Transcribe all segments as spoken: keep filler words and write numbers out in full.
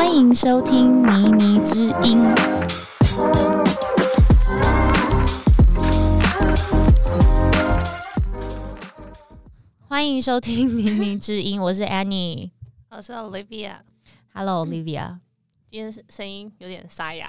欢迎收听妮妮之音。欢迎收听妮妮之音，我是 Annie， 我是 Olivia。Hello Olivia， 今天声音有点沙哑。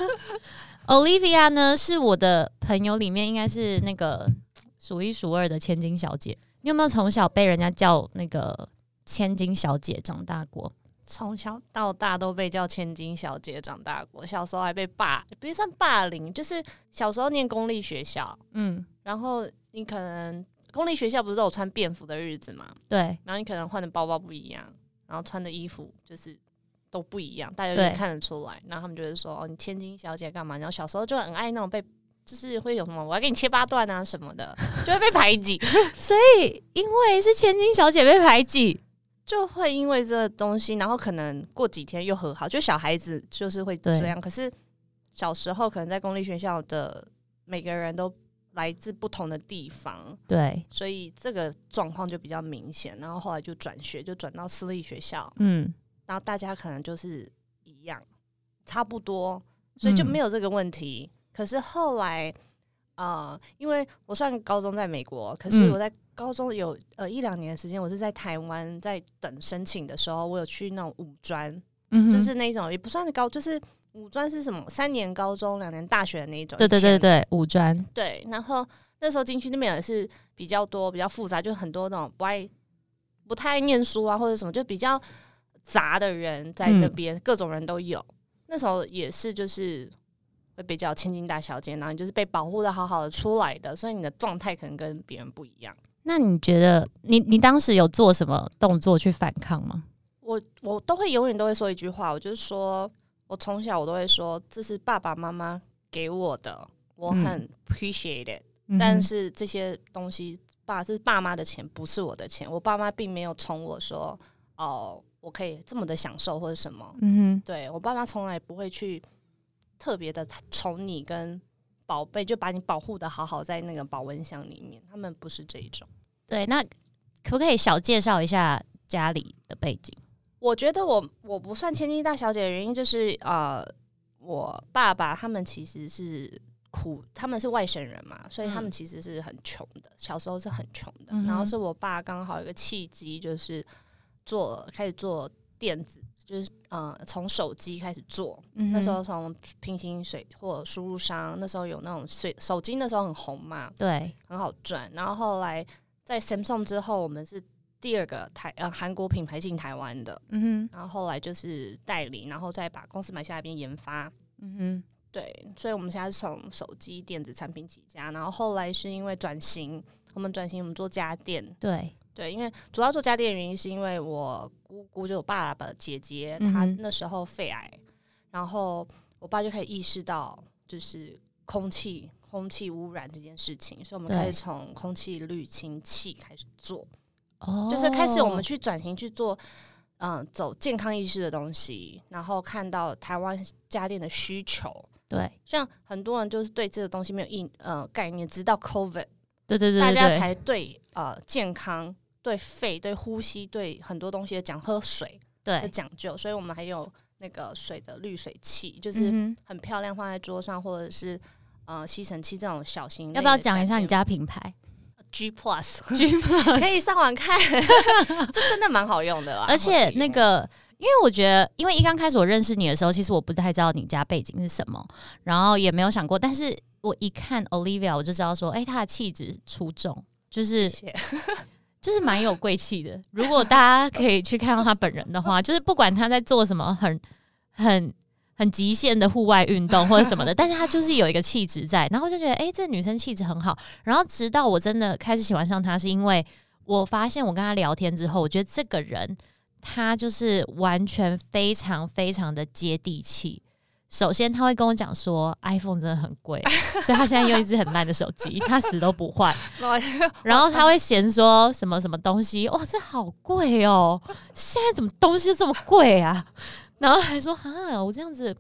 Olivia 呢是我的朋友里面应该是那个数一数二的千金小姐。你有没有从小被人家叫那个千金小姐长大过？ 从小到大都被叫千金小姐长大过，小时候还被霸，不是算霸凌，就是小时候念公立学校，嗯，然后你可能公立学校不是都有穿便服的日子嘛？ 对， 然后你可能换的包包不一样，然后穿的衣服就是都不一样，大家就看得出来。然后他们就会说：“哦，你千金小姐干嘛？”然后小时候就很爱那种被，就是会有什么我要给你切八段啊什么的，就会被排挤。 所以因为是千金小姐被排挤， 就会因为这个东西，然后可能过几天又和好。就小孩子就是会这样，可是小时候可能在公立学校的每个人都来自不同的地方， 对，所以这个状况就比较明显。然后后来就转学，就转到私立学校， 嗯， 然后大家可能就是一样，差不多，所以就没有这个问题。嗯、可是后来，呃，因为我算高中在美国，可是我在高中有呃一两年的时间，我是在台湾在等申请的时候，我有去那种五专，嗯，就是那种也不算是高，就是五专是什么三年高中两年大学的那一种， 对对对对，五专对。然后那时候进去那边也是比较多比较复杂，就很多那种不爱不太爱念书啊或者什么，就比较杂的人在那边，嗯、各种人都有。那时候也是就是会被叫千金大小姐，然后你就是被保护的好好的出来的，所以你的状态可能跟别人不一样。 那你觉得你你当时有做什么动作去反抗吗？ 我我都会永远都会说一句话，我就是说我从小我都会说这是爸爸妈妈给我的，我很 appreciate it，嗯、但是这些东西爸这是爸妈的钱，不是我的钱，我爸妈并没有宠我说哦我可以这么的享受或者什么，嗯哼，对我爸妈从来不会去特别的宠你跟宝贝，就把你保护的好好在那个保温箱里面，他们不是这一种。 对，那可不可以小介绍一下家里的背景？ 我觉得我我不算千金大小姐的原因就是呃，我爸爸他们其实是苦，他们是外省人嘛，所以他们其实是很穷的，嗯、小时候是很穷的。嗯、然后是我爸刚好有一个契机，就是做开始做电子。就是呃，从手机开始做，嗯、那时候从平行水或输入商，那时候有那种水手机，那时候很红嘛， 对， 很好赚。然后后来在 Samsung 之后，我们是第二个台呃韩国品牌进台湾的，嗯哼。然后后来就是代理，然后再把公司买下来变研发，嗯哼。对，所以我们现在是从手机电子产品起家，然后后来是因为转型，我们转型我们做家电， 对。 对，因为主要做家电的原因是因为我姑姑就我爸爸的姐姐，嗯、她那时候肺癌，然后我爸就开始意识到就是空气空气污染这件事情，所以我们开始从空气滤清器开始做，哦，就是开始我们去转型去做，嗯、呃，走健康意识的东西，然后看到台湾家电的需求， 对， 像很多人就是对这个东西没有意呃概念，直到 COVID， 对对 对, 对， 大家才对呃健康。对肺、对呼吸、对很多东西的讲，喝水的讲究，所以我们还有那个水的滤水器，就是很漂亮，放在桌上，或者是呃吸尘器这种小型类的。 要不要讲一下你家品牌 G Plus？G Plus 可以上网看，这真的蛮好用的啦。 而且那个，因为我觉得，因为一刚开始我认识你的时候，其实我不太知道你家背景是什么，然后也没有想过，但是我一看 Olivia， 我就知道说，哎、欸，她的气质出众，就是谢谢就是蛮有贵气的。如果大家可以去看到他本人的话，就是不管他在做什么很很很极限的户外运动或者什么的，但是他就是有一个气质在，然后就觉得哎、欸，这女生气质很好。然后直到我真的开始喜欢上她，是因为我发现我跟她聊天之后，我觉得这个人他就是完全非常非常的接地气。首先他会跟我讲说 iPhone 真的很贵，所以他现在用一支很烂的手机，他死都不换。然后他会嫌说什么什么东西，哇，这好贵哦，现在怎么东西这么贵啊？然后还说啊，我这样子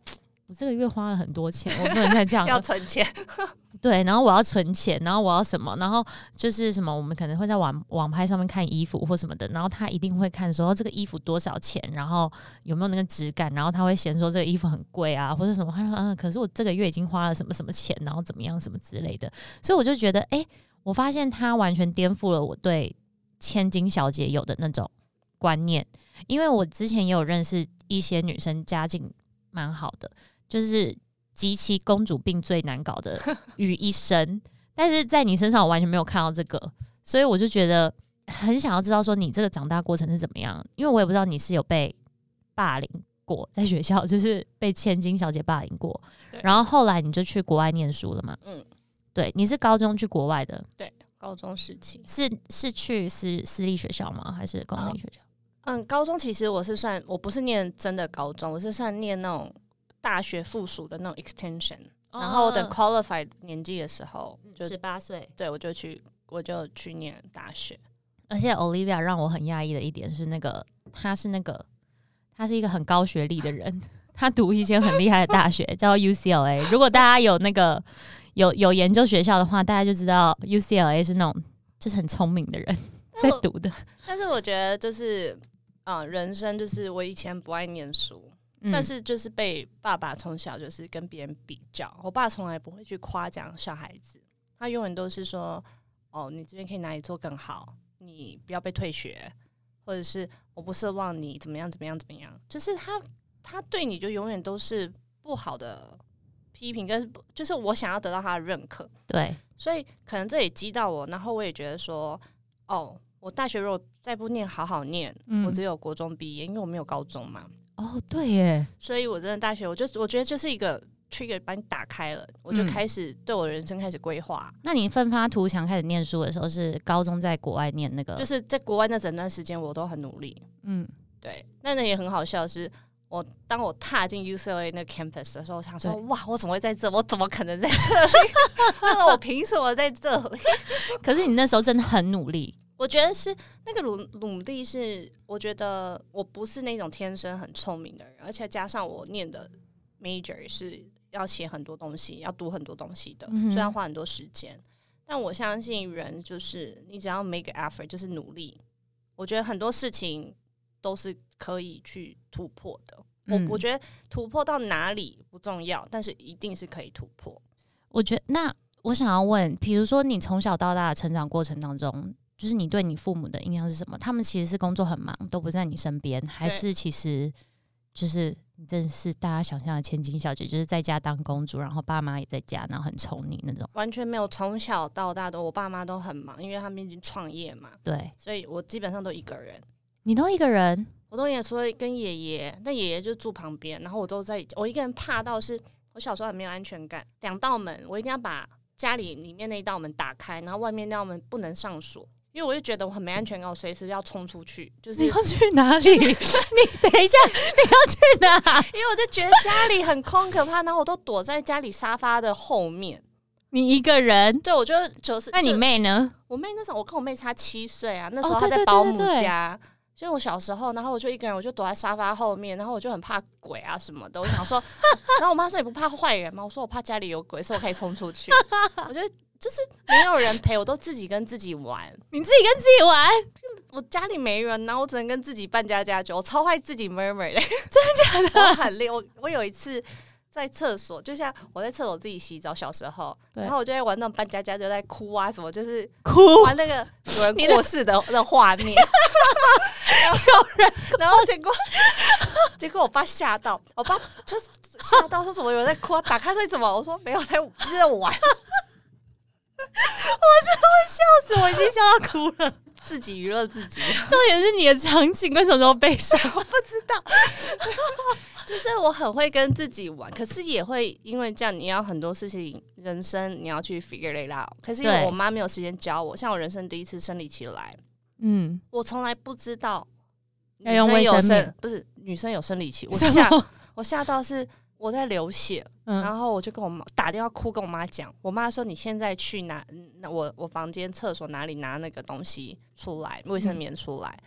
我这个月花了很多钱，我不能再这样了， 要存钱。 对，然后我要存钱，然后我要什么，然后就是什么，我们可能会在网网拍上面看衣服或什么的，然后他一定会看说这个衣服多少钱，然后有没有那个质感，然后他会嫌说这个衣服很贵啊，或者什么，他说嗯，可是我这个月已经花了什么什么钱，然后怎么样什么之类的，所以我就觉得，哎、欸，我发现他完全颠覆了我对千金小姐有的那种观念，因为我之前也有认识一些女生家境蛮好的，就是极其公主病最难搞的于一身，但是在你身上我完全没有看到这个，所以我就觉得很想要知道说你这个长大过程是怎么样，因为我也不知道你是有被霸凌过，在学校就是被千金小姐霸凌过，然后后来你就去国外念书了嘛？嗯，对，你是高中去国外的？ 对，高中时期是是去私私立学校吗？还是公立学校？ 嗯，高中其实我是算我不是念真的高中，我是算念那种大学附属的那种 extension，哦，然后我等 qualified 年纪的时候，就十八岁， 对，我就去我就去念大学。 而且 Olivia 让我很讶异的一点是，那个她是那个她是一个很高学历的人，她读一间很厉害的大学叫 U C L A。如果大家有那个有有研究学校的话，大家就知道 U C L A 是那种就是很聪明的人在读的。 但是我觉得就是啊、呃，人生就是我以前不爱念书。嗯，但是就是被爸爸从小就是跟别人比较，我爸从来不会去夸奖小孩子，他永远都是说，哦，你这边可以哪里做更好，你不要被退学，或者是我不奢望你怎么样怎么样怎么样，就是他他对你就永远都是不好的批评，跟就是我想要得到他的认可， 对， 所以可能这也激到我，然后我也觉得说，哦，我大学如果再不念好好念，嗯，我只有国中毕业，因为我没有高中嘛。 哦，对耶， 所以我真的大学，我就我觉得就是一个 trigger 把你打开了，我就开始对我的人生开始规划。 嗯，那你奋发图强开始念书的时候，是高中在国外念那个？ 就是在国外那整段时间，我都很努力。嗯，对。那那也很好笑的是，我当我踏进 U C L A 那个 campus 的时候，我想说，哇，我怎么会在这？我怎么可能在这里？我凭什么在这里？ 可是你那时候真的很努力。 我觉得是那个努努力是，我觉得我不是那种天生很聪明的人，而且加上我念的 major 是要写很多东西，要读很多东西的，嗯，所以要花很多时间。但我相信人就是你只要 make an effort， 就是努力，我觉得很多事情都是可以去突破的。嗯，我我觉得突破到哪里不重要，但是一定是可以突破。 我觉得那我想要问，比如说你从小到大的成长过程当中，就是你对你父母的印象是什么？他们其实是工作很忙，都不在你身边，还是其实就是你真的是大家想象的千金小姐，就是在家当公主，然后爸妈也在家，然后很宠你那种？ 完全没有，从小到大都我爸妈都很忙，因为他们已经创业嘛。 对， 所以我基本上都一个人。 你都一个人？ 我都也除了跟爷爷，但爷爷就住旁边，然后我都在，我一个人怕到是我小时候很没有安全感，两道门我一定要把家里里面那一道门打开，然后外面那道门不能上锁。因为我就觉得我很没安全感，我随时要冲出去。就是你要去哪里？你等一下，你要去哪？ 因为我就觉得家里很空可怕，然后我都躲在家里沙发的后面。 你一个人？ 对，我就就是。 那你妹呢？ 我妹那时候，我跟我妹差七岁啊，那时候她在保姆家。哦，所以我小时候，然后我就一个人，我就躲在沙发后面，然后我就很怕鬼啊什么的。我想说，然后我妈说你不怕坏人吗？我说我怕家里有鬼，所以我可以冲出去。我觉得。就是没有人陪，我都自己跟自己玩。 你自己跟自己玩？ 我家里没人，然后我只能跟自己扮家家酒。我超爱自己 murmur 的， 真的假的？ 我很累。我我有一次在厕所，就像我在厕所自己洗澡，小时候，然后我就在玩那种扮家家酒，在哭啊什么，就是哭玩那个有人过世的那画面。然后有人，然后结果结果我爸吓到，我爸就吓到说什么有人在哭，打开是怎么？我说没有，在在玩。 我真的会笑死，我已经笑到哭了。 自己娱乐自己， 重点是你的场景为什么这么悲伤？ 我不知道，就是我很会跟自己玩，可是也会因为这样，你要很多事情，人生你要去 figure it out。可是因为我妈没有时间教我，像我人生第一次生理期来，嗯，我从来不知道要用卫生棉， 不是女生有生理期，我吓我吓到是。我在流血，嗯，然后我就跟我妈打电话哭，跟我妈讲。我妈说：“你现在去拿我我房间厕所哪里拿那个东西出来，卫生棉出来。嗯”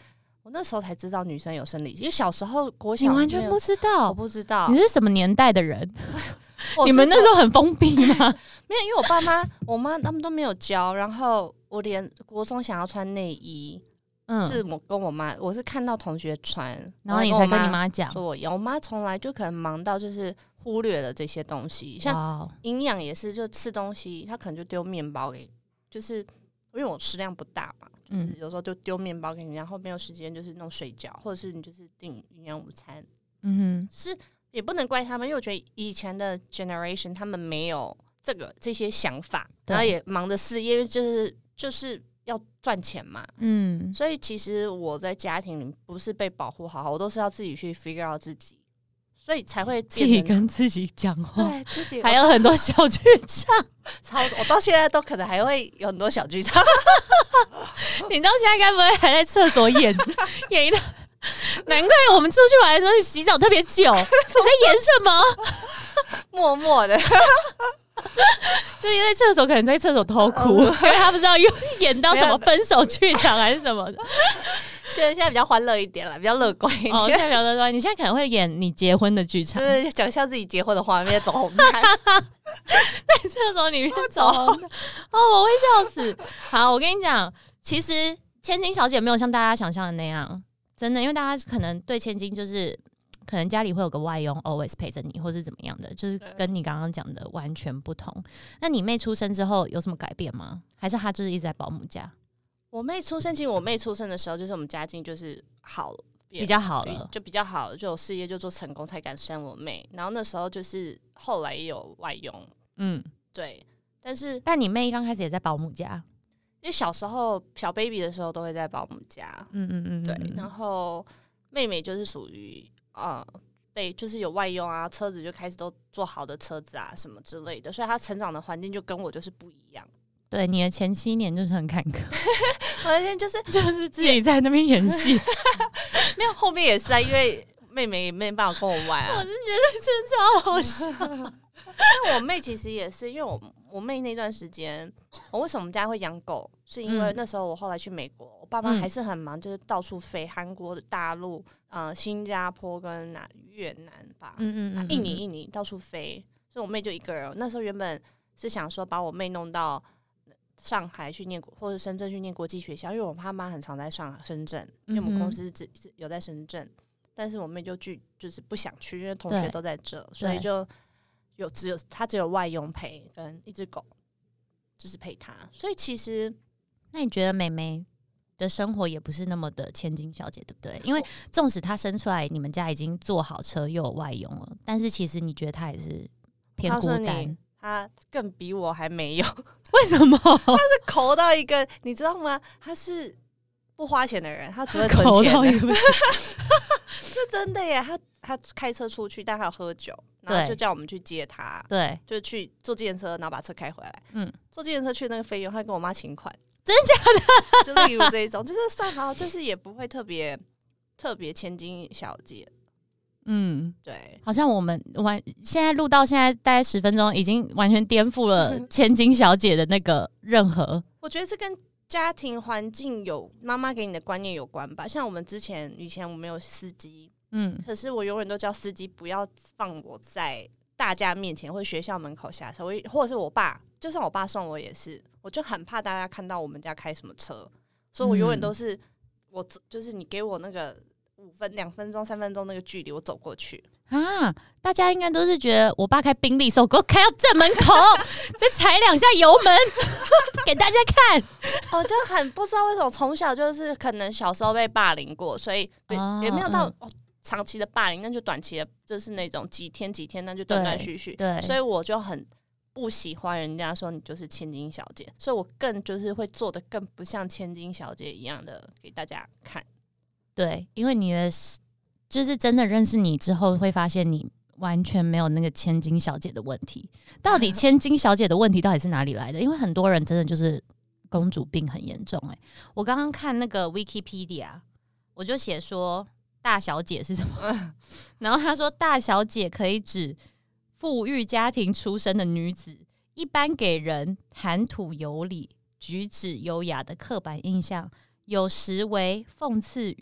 我那时候才知道女生有生理期，因为小时候国小你完全不知道， 我不知道你是什么年代的人？你们那时候很封闭吗？ 没有，因为我爸妈、我妈他们都没有教，然后我连国中想要穿内衣，嗯，是我跟我妈，我是看到同学穿， 然后你才跟你妈讲， 说我要。我妈从来就可能忙到就是忽略了这些东西，像营养也是，就吃东西，她可能就丢面包给，就是因为我食量不大嘛，就是有时候就丢面包给你，然后没有时间就是弄水饺，或者是你就是订营养午餐，嗯哼，是。也不能怪他们，因为我觉得以前的 generation 他们没有这个这些想法，然后也忙着事业，就是就是要赚钱嘛，嗯，所以其实我在家庭里不是被保护好好，我都是要自己去 figure out 自己，所以才会自己跟自己讲话， 对自己还有很多小剧场， 超多，我到现在都可能还会有很多小剧场。 你到现在该不会还在厕所演演一段？难怪我们出去玩的时候你洗澡特别久，你在演什么？ 默默的， 就是因为厕所可能在厕所偷哭，因为他不知道又演到什么分手剧场还是什么的。 现在现在比较欢乐一点了，比较乐观一点。 哦，现在比较乐观。你现在可能会演你结婚的剧场， 对，想象自己结婚的画面，走红毯， 在厕所里面走红毯。哦，我会笑死。好，我跟你讲，其实千金小姐没有像大家想象的那样。真的，因为大家可能对千金就是可能家里会有个外佣 always 陪着你，或是怎么样的，就是跟你刚刚讲的完全不同。那你妹出生之后有什么改变吗？还是她就是一直在保姆家？ 我妹出生，其实我妹出生的时候，就是我们家境就是好了， 比较好了， 就比较好了，就有事业就做成功才敢生我妹。然后那时候就是后来也有外佣，嗯，对。但是但你妹刚开始也在保姆家。 因为小时候小 baby 的时候都会在保姆家，嗯嗯嗯，对。然后妹妹就是属于呃被就是有外佣啊，车子就开始都做好的车子啊什么之类的，所以她成长的环境就跟我就是不一样。 对，你的前七年就是很坎坷， 我那天就是就是自己在那边演戏， 没有后面也是啊，因为妹妹也没办法跟我玩啊。 我是觉得真的超好笑。 但我妹其实也是，因为我我妹那段时间，我为什么我们家会养狗，是因为那时候我后来去美国，我爸妈还是很忙，就是到处飞，韩国的大陆、呃新加坡跟哪越南吧，嗯嗯嗯，印尼印尼到处飞，所以我妹就一个人。那时候原本是想说把我妹弄到上海去念或者深圳去念国际学校，因为我爸妈很常在上海、深圳，因为我们公司只有在深圳，但是我妹就拒就是不想去，因为同学都在这，所以就。有只有他只有外佣陪跟一只狗，就是陪他，所以其实， 那你觉得妹妹的生活也不是那么的千金小姐，对不对？因为纵使她生出来，你们家已经坐好车又有外佣了，但是其实你觉得她也是偏孤单， 她更比我还没有。 为什么？她是抠到一个，你知道吗？她是不花钱的人，她只会存钱的。是真的耶，她她开车出去，但还有喝酒。然后就叫我们去接他， 对， 就去坐计程车，然后把车开回来。嗯，坐计程车去那个费用，他跟我妈请款， 真的假的？ 就例如这一种，就是算好，就是也不会特别特别千金小姐。嗯，对， 好像我们完现在录到现在大概十分钟，已经完全颠覆了千金小姐的那个任何。 我觉得这跟家庭环境有妈妈给你的观念有关吧。像我们之前以前我们有司机。嗯，可是我永远都叫司机不要放我在大家面前或者学校门口下车，我或者是我爸，就算我爸送我也是，我就很怕大家看到我们家开什么车，所以我永远都是、嗯、我就是你给我那个五分、两分钟、三分钟那个距离，我走过去啊。大家应该都是觉得我爸开宾利，手给我开到正门口，再踩两下油门给大家看。 我就很不知道为什么从小就是可能小时候被霸凌过，所以也没有到。嗯长期的霸凌，那就短期的，就是那种几天几天，那就断断续续。对，所以我就很不喜欢人家说你就是千金小姐，所以我更就是会做的更不像千金小姐一样的给大家看。 对，因为你的就是真的认识你之后，会发现你完全没有那个千金小姐的问题。到底千金小姐的问题到底是哪里来的？因为很多人真的就是公主病很严重、欸。哎，我刚刚看那个 Wikipedia， 我就写说。大小姐是什么？然后他说，大小姐可以指富裕家庭出身的女子，一般给人谈吐有礼、举止优雅的刻板印象，有时为讽刺语，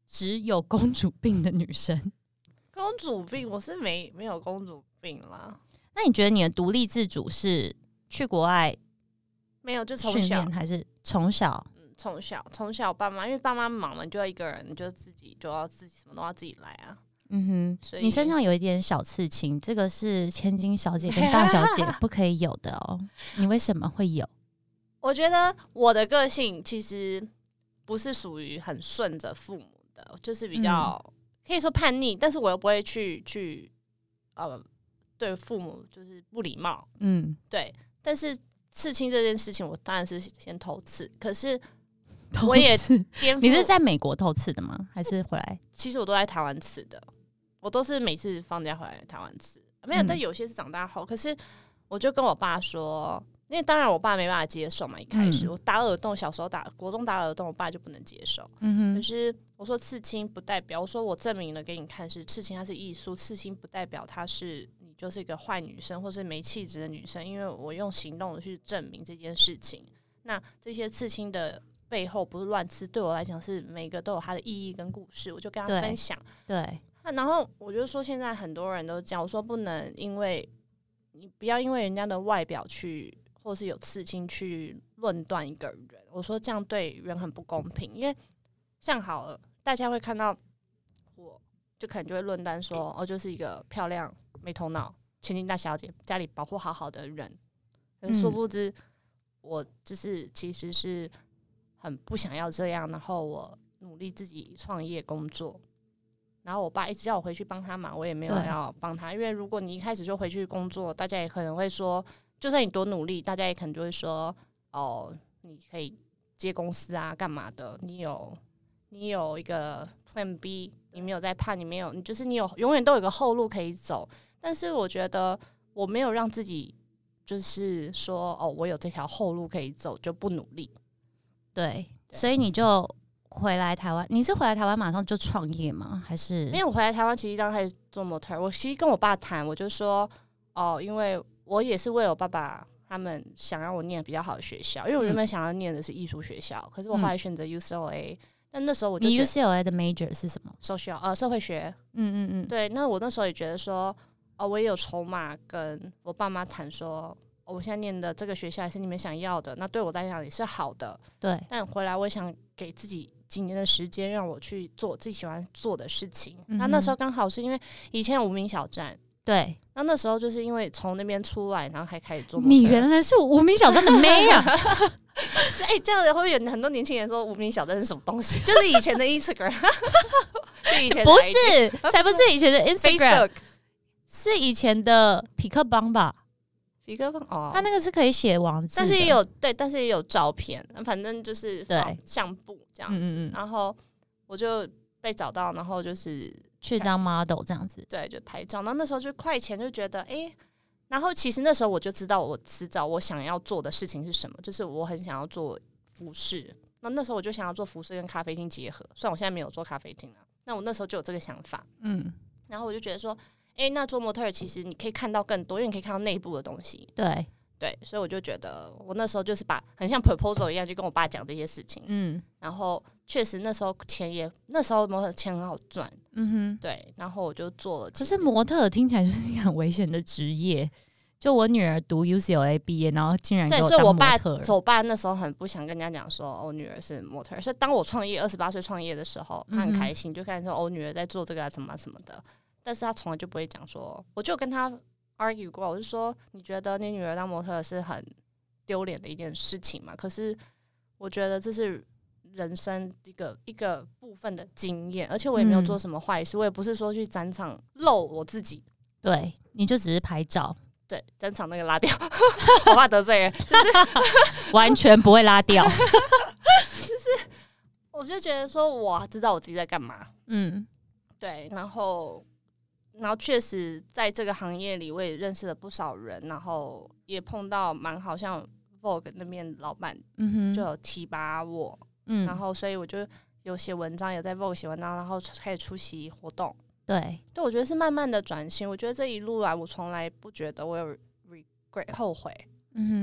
只有公主病的女生。 公主病我是没没有公主病啦。 那你觉得你的独立自主是去国外没有就从训小练还是从小？ 嗯，从小从小爸妈因为爸妈忙嘛，你就要一个人，你就自己就要自己什么都要自己来啊。 嗯所以哼，你身上有一点小刺青，这个是千金小姐跟大小姐不可以有的哦。你为什么会有？ 我觉得我的个性其实不是属于很顺着父母的，就是比较、嗯、可以说叛逆，但是我又不会去去呃对父母就是不礼貌。嗯，对。但是刺青这件事情，我当然是先偷刺，可是我也颠覆。 你是在美国偷刺的吗？还是回来？ 其实我都在台湾刺的，我都是每次放假回来台湾刺，没有。但有些是长大后，可是我就跟我爸说。因为当然我爸没办法接受嘛，一开始、嗯、我打耳洞，小时候打国中打耳洞，我爸就不能接受。嗯哼，可是我说刺青不代表，我说我证明了给你看是刺青，它是艺术，刺青不代表它是你就是一个坏女生或是没气质的女生，因为我用行动的去证明这件事情。那这些刺青的背后不是乱刺，对我来讲是每个都有它的意义跟故事，我就跟他分享。 对，对那然后我就说现在很多人都讲，我说不能因为你不要因为人家的外表去。或是有刺青去论断一个人，我说这样对人很不公平，因为像好了，大家会看到我，就可能就会论断说，哦，就是一个漂亮、没头脑、千金大小姐，家里保护好好的人。可是殊不知，我就是其实是很不想要这样，然后我努力自己创业工作，然后我爸一直叫我回去帮他忙，我也没有要帮他，因为如果你一开始就回去工作，大家也可能会说。就算你多努力，大家也可能就会说：“哦，你可以接公司啊，干嘛的？你有你有一个 Plan B， 你没有在怕，你没有，你就是你有永远都有个后路可以走。”但是我觉得我没有让自己就是说：“哦，我有这条后路可以走，就不努力。 对”对，所以你就回来台湾。你是回来台湾马上就创业吗？还是？ 因为我回来台湾其实刚开始做模特，我其实跟我爸谈，我就说：“哦，因为。”我也是为了我爸爸他们想要我念比较好的学校，因为我原本想要念的是艺术学校、嗯，可是我后来选择 U C L A， 但那时候我就你 U C L A 的 major 是什么 ？social 呃社会学。 嗯嗯嗯， 对。那我那时候也觉得说，哦，我也有筹码跟我爸妈谈说、哦，我现在念的这个学校也是你们想要的，那对我来讲也是好的。 对。 但回来我想给自己几年的时间，让我去做自己喜欢做的事情。嗯、那那时候刚好是因为以前有无名小站。 对， 那那时候就是因为从那边出来，然后还开始做模特。 你原来是无名小站的妹啊！ 哎、欸，这样子会不会有很多年轻人说无名小站是什么东西？就是以前的 Instagram， 是以前的不是，才不是以前的 Instagram， 是以前的痞客邦吧？ 痞客邦哦， 他那个是可以写网址， 但是也有对，但是也有照片，反正就是放相簿这样子、嗯嗯。然后我就被找到，然后就是。 去当 model 这样子， 对，就拍照。那那时候就快钱，就觉得哎、欸，然后其实那时候我就知道我迟早我想要做的事情是什么，就是我很想要做服饰。那那时候我就想要做服饰跟咖啡厅结合，虽然我现在没有做咖啡厅了，那我那时候就有这个想法，嗯。然后我就觉得说，哎、欸，那做模特儿其实你可以看到更多，因为你可以看到内部的东西， 对对，所以我就觉得我那时候就是把很像 proposal 一样，就跟我爸讲这些事情，嗯。然后确实那时候钱也那时候模特钱很好赚，嗯哼，对，然后我就做了。 可是模特听起来就是一个很危险的职业。就我女儿读 U C L A 毕业，然后竟然给我当模特。对，所以我爸，我爸那时候很不想跟人家讲说，我、哦、女儿是模特。所以当我创业二十八岁创业的时候，他很开心，嗯、就开始说，哦，女儿在做这个啊，什么什么的。但是他从来就不会讲说，我就跟他 argue 过，我就说，你觉得你女儿当模特是很丢脸的一件事情嘛？可是我觉得这是人生一个一个部分的经验，而且我也没有做什么坏事、嗯，我也不是说去展场露我自己， 对，你就只是拍照， 对，展场那个拉掉，我怕得罪人，就是完全不会拉掉， 就是我就觉得说我知道我自己在干嘛，嗯，对，然后然后确实在这个行业里，我也认识了不少人，然后也碰到蛮好像 Vogue 那边老板，嗯哼，就有提拔我。嗯，然后所以我就有写文章，有在 Vogue 写文章，然后开始出席活动。 对， 对，我觉得是慢慢的转型。我觉得这一路来，我从来不觉得我有 regret 后悔。嗯哼，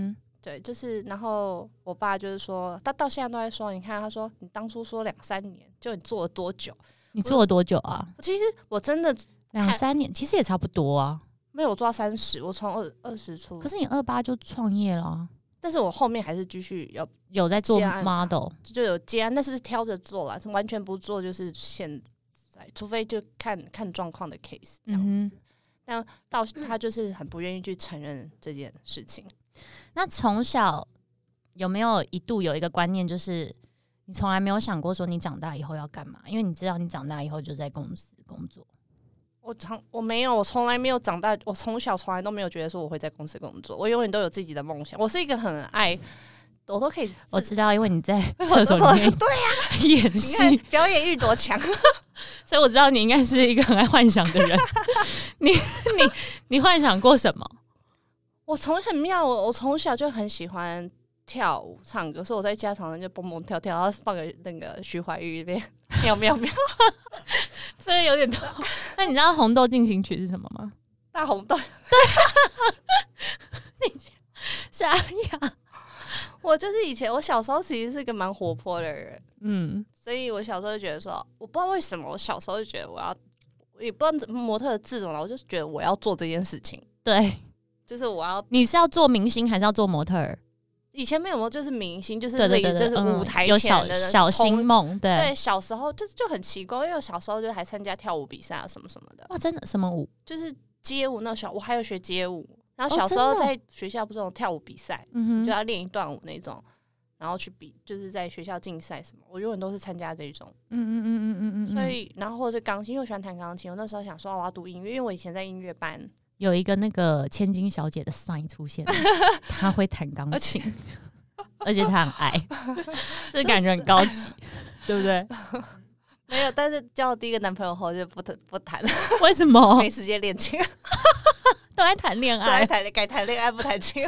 对，就是然后我爸就是说，他到现在都在说，你看他说你当初说两三年，就你做了多久？ 你做了多久啊？ 其实我真的两三年，其实也差不多啊。 没有，我做到三十，我从二二十出。 可是你二八就创业了、啊， 但是我后面还是继续有有在做 model， 就有接案，但是挑着做啦，完全不做就是现在，除非就看看状况的 case 这样子。嗯、但到他就是很不愿意去承认这件事情。 那从小有没有一度有一个观念，就是你从来没有想过说你长大以后要干嘛？因为你知道你长大以后就在公司工作。 我从我没有，我从来没有长大，我从小从来都没有觉得说我会在公司工作，我永远都有自己的梦想。我是一个很爱，我都可以， 我知道，因为你在厕所里面对呀、 啊、演戏， 表演欲多强， 所以我知道你应该是一个很爱幻想的人。你你你幻想过什么？ 我从很妙，我我从小就很喜欢跳舞、唱歌，所以我在家常常就蹦蹦跳跳，然后放个那个徐怀钰那边喵喵喵， 真的有点痛。那你知道《红豆进行曲》是什么吗？ 大红豆， 对，你傻呀！ 我就是以前我小时候其实是个蛮活泼的人， 嗯， 所以我小时候就觉得说，我不知道为什么，我小时候就觉得我要，也不知道模特的字怎么了，我就觉得我要做这件事情。 对， 就是我要， 你是要做明星还是要做模特儿？ 以前没有，就是明星，就是对对对对， 就是舞台有前的人、 嗯、小小星梦，对对，小时候就就很奇怪，因为我小时候就还参加跳舞比赛啊什么什么的。 哇，真的什么舞？ 就是街舞那小，我还有学街舞，然后小时候在学校不是有跳舞比赛，哦、就要练一段舞那种，然后去比，就是在学校竞赛什么，我永远都是参加这种。 嗯嗯嗯嗯嗯嗯。 所以，然后或者是钢琴，因为我喜欢弹钢琴，我那时候想说我要读音乐，因为我以前在音乐班。 有一个那个千金小姐的 sign 出现，她会弹钢琴，而且她很爱，这感觉很高级，对不对？ 没有，但是交了第一个男朋友后就不不谈了。 为什么？ 没时间练琴， 都在谈恋爱， 谈该谈恋爱不谈琴，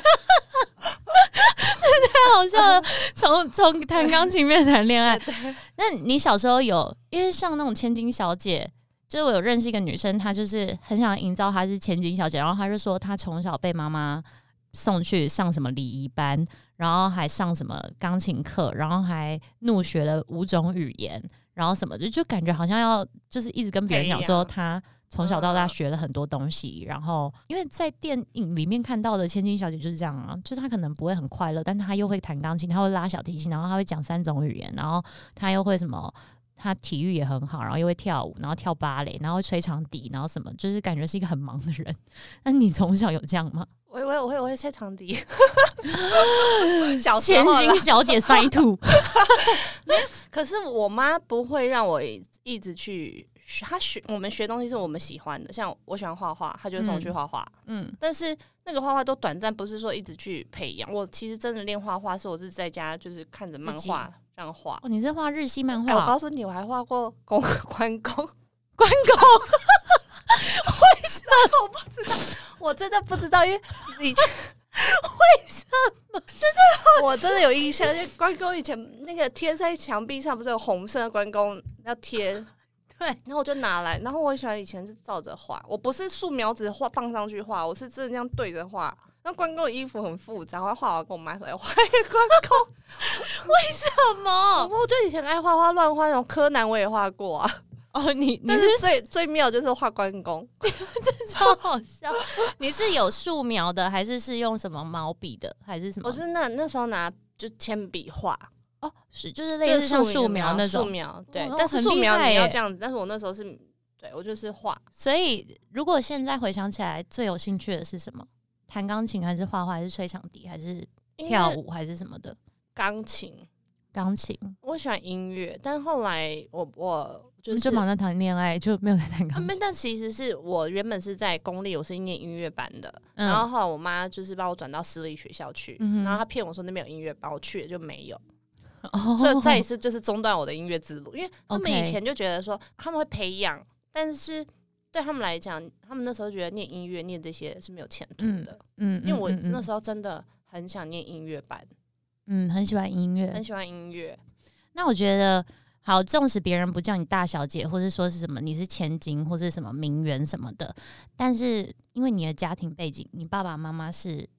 太好笑了。从从弹钢琴变谈恋爱，那你小时候有，因为像那种千金小姐。就是我有认识一个女生，她就是很想营造她是千金小姐，然后她就说她从小被妈妈送去上什么礼仪班，然后还上什么钢琴课，然后还怒学了五种语言，然后什么就就感觉好像要就是一直跟别人讲说她从小到大学了很多东西，然后因为在电影里面看到的千金小姐就是这样啊，就是她可能不会很快乐，但她又会弹钢琴，她会拉小提琴，然后她会讲三种语言，然后她又会什么。他体育也很好，然后又会跳舞，然后跳芭蕾，然后会吹长笛，然后什么，就是感觉是一个很忙的人。那你从小有这样吗？ 我我我会我会吹长笛，小千金小姐塞兔。 可是我妈不会让我一直去，她学我们学东西是我们喜欢的，像我喜欢画画，她就会送我去画画。嗯，但是那个画画都短暂，不是说一直去培养。我其实真的练画画，是我是在家就是看着漫画。这样画、 哦，你是画日系漫画、 欸？我告诉你，我还画过关关公， 关公。为什么？ 我不知道，我真的不知道，因为以前为什么？真的， 我真的有印象，就关公以前那个贴在墙壁上，不是有红色的关公要贴？对，然后我就拿来，然后我喜欢以前是照着画，我不是素描纸画放上去画，我是真的这样对着画。那关公的衣服很复杂，我画完跟我妈说要画一个关公。 为什么？ 我就以前爱画画乱画那种柯南，我也画过啊。 哦，你但是最最妙就是画关公， 这超好笑。你是有素描的，还是是用什么毛笔的，还是什么？ 我是那那时候拿就铅笔画。 哦，是就是类似像素描那种素描，对， 哦、 但是素描你要这样子，但是我那时候是对我就是画。 所以如果现在回想起来，最有兴趣的是什么？弹钢琴还是画画，还是吹长笛，还是跳舞，还是什么的？ 钢琴， 钢琴。 我喜欢音乐，但后来我我就是就忙着谈恋爱，就没有在弹钢琴。 但其实是我原本是在公立，我是念音乐班的，嗯、然后后来我妈就是把我转到私立学校去，嗯、然后她骗我说那边有音乐班，我去了就没有。哦、所以再一次就是中断我的音乐之路，因为他们以前就觉得说他们会培养，但是对他们来讲，他们那时候觉得念音乐念这些是没有前途的。嗯，嗯因为我那时候真的很想念音乐班， 嗯，很喜欢音乐， 很喜欢音乐。 那我觉得，好，纵使别人不叫你大小姐，或者说是什么你是千金或者什么名媛什么的，但是因为你的家庭背景，你爸爸妈妈是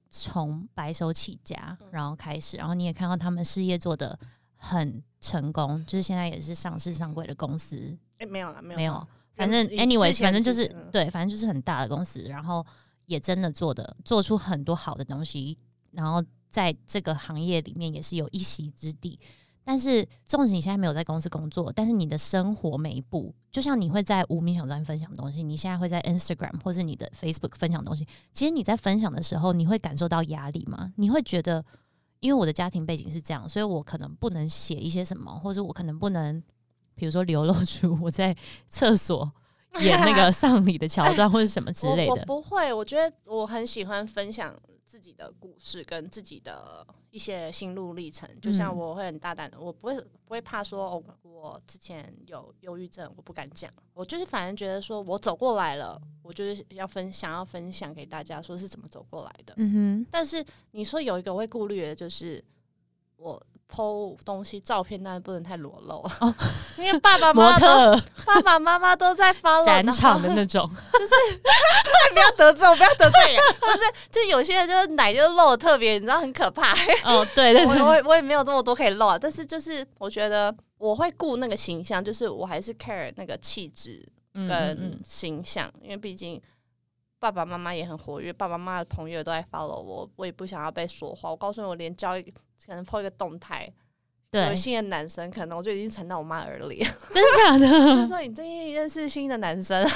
从白手起家，然后开始，然后你也看到他们事业做得很成功，就是现在也是上市上柜的公司。 哎、欸，没有了，没有， 没有，反正 anyways， 反正就是、嗯、对，反正就是很大的公司，然后也真的做的做出很多好的东西，然后在这个行业里面也是有一席之地。但是纵使你现在没有在公司工作，但是你的生活每一步，就像你会在无名小站分享东西，你现在会在 Instagram 或是你的 Facebook 分享东西，其实你在分享的时候，你会感受到压力吗？你会觉得因为我的家庭背景是这样，所以我可能不能写一些什么，或者我可能不能比如说流露出我在厕所演那个丧礼的桥段或者什么之类的。 我, 我不会，我觉得我很喜欢分享自己的故事跟自己的一些心路历程，就像我会很大胆的，我不会不会怕说、哦、我之前有忧郁症，我不敢讲，我就是反正觉得说我走过来了，我就是要分想要分享给大家说是怎么走过来的。嗯哼。但是你说有一个我会顾虑的就是我po 东西照片，但是不能太裸露、哦、因为爸爸妈妈都爸爸妈妈都在 follow 展场的那种， 就是不要得罪我，不要得罪人，不是，就有些人就是奶就露的特别，你知道很可怕。 哦，对对对， 我我我也没有这么多可以露啊，但是就是我觉得我会顾那个形象，就是我还是 care 那个气质跟形象，嗯嗯嗯，因为毕竟爸爸妈妈也很活跃，爸爸妈妈的朋友都在 follow 我，我也不想要被说话。我告诉你，我连交一个可能 po 一个动态，有新的男生，可能我就已经传到我妈耳里， 真的假的？ 就是说你最近认识新的男生，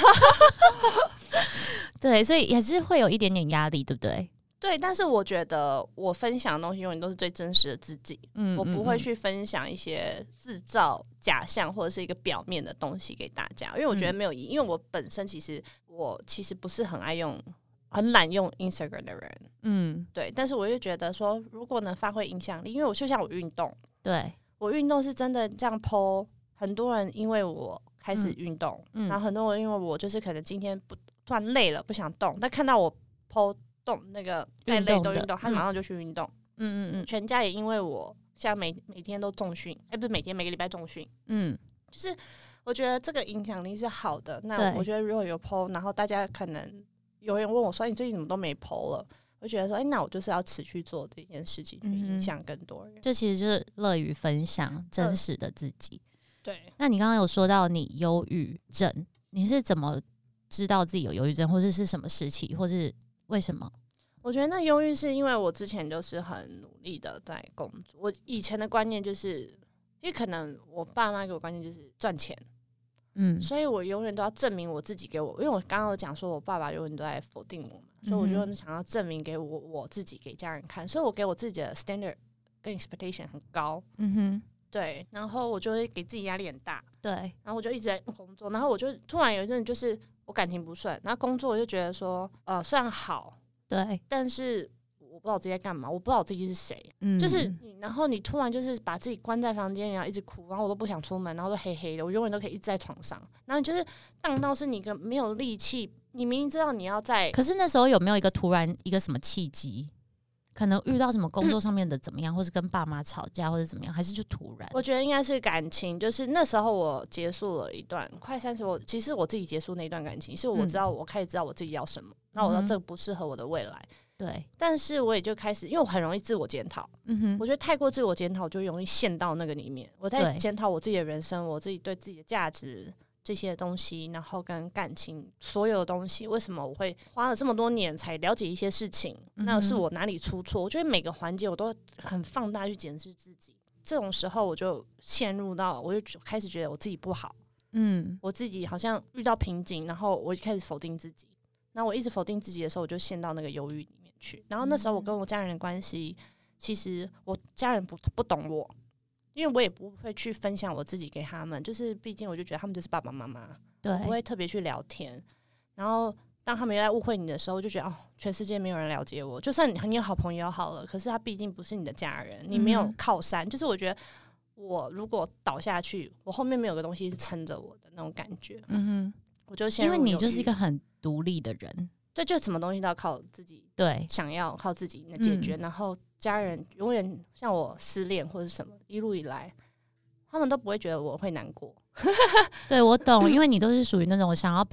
对，所以也是会有一点点压力，对不对？ 对，但是我觉得我分享的东西永远都是最真实的自己，嗯，我不会去分享一些制造假象或者是一个表面的东西给大家，因为我觉得没有意义。因为我本身其实我其实不是很爱用、很懒用 Instagram 的人，嗯，对。但是我就觉得说，如果能发挥影响力，因为我就像我运动， 对我运动是真的这样 po， 很多人因为我开始运动，嗯，然后很多人因为我就是可能今天不突然累了不想动，但看到我 po。动那个再累都运动，他马上就去运动。嗯嗯嗯，全家也因为我像每每天都重训，哎、欸，不是每天每个礼拜重训。嗯，就是我觉得这个影响力是好的。那我觉得如果有 po， 然后大家可能有人问我说：“你最近怎么都没 po 了？”我觉得说：“哎、欸，那我就是要持续做这件事情，去影响更多人。嗯” 这其实就是乐于分享真实的自己。嗯、 对。 那你刚刚有说到你忧郁症，你是怎么知道自己有忧郁症，或者是什么时期，或是？为什么？ 我觉得那忧郁是因为我之前就是很努力的在工作。我以前的观念就是，因为可能我爸妈给我观念就是赚钱，嗯，所以我永远都要证明我自己给我。因为我刚刚有讲说我爸爸永远都在否定我嘛，所以我永远想要证明给我我自己给家人看，所以我给我自己的 standard 跟 expectation 很高，嗯哼，对，然后我就会给自己压力很大， 对， 然后我就一直在工作，然后我就突然有一阵就是。我感情不顺，然后工作我就觉得说，呃，虽然好， 对， 但是我不知道我自己在干嘛，我不知道我自己是谁，嗯，就是你，然后你突然就是把自己关在房间，然后一直哭，然后我都不想出门，然后都黑黑的，我永远都可以一直在床上，然后你就是荡到是你一个没有力气，你明明知道你要在， 可是那时候有没有一个突然一个什么契机？可能遇到什么工作上面的怎么样，或是跟爸妈吵架，或者怎么样，还是就突然？ 我觉得应该是感情，就是那时候我结束了一段快三十，我其实我自己结束那一段感情，是我知道、嗯、我开始知道我自己要什么，那、嗯、我知道这个不适合我的未来， 对。 但是我也就开始，因为我很容易自我检讨，嗯哼，我觉得太过自我检讨就容易陷到那个里面。我在检讨我自己的人生，我自己对自己的价值。这些东西，然后跟感情所有的东西，为什么我会花了这么多年才了解一些事情？嗯、那是我哪里出错？我觉得每个环节我都很放大去检视自己。这种时候，我就陷入到，我就开始觉得我自己不好，嗯，我自己好像遇到瓶颈，然后我就开始否定自己。然后我一直否定自己的时候，我就陷到那个忧郁里面去。然后那时候我跟我家人的关系，其实我家人不不懂我。因为我也不会去分享我自己给他们，就是毕竟我就觉得他们就是爸爸妈妈，对，我不会特别去聊天。然后当他们又在误会你的时候，我就觉得哦，全世界没有人了解我。就算你有好朋友好了，可是他毕竟不是你的家人，你没有靠山。嗯、就是我觉得我如果倒下去，我后面没有个东西是撑着我的那种感觉。嗯哼，我就先因为你就是一个很独立的人， 对，就什么东西都要靠自己，对，想要靠自己来解决，嗯、然后。家人永远像我失恋或者什么，一路以来，他们都不会觉得我会难过。 对，我懂，因为你都是属于那种想要把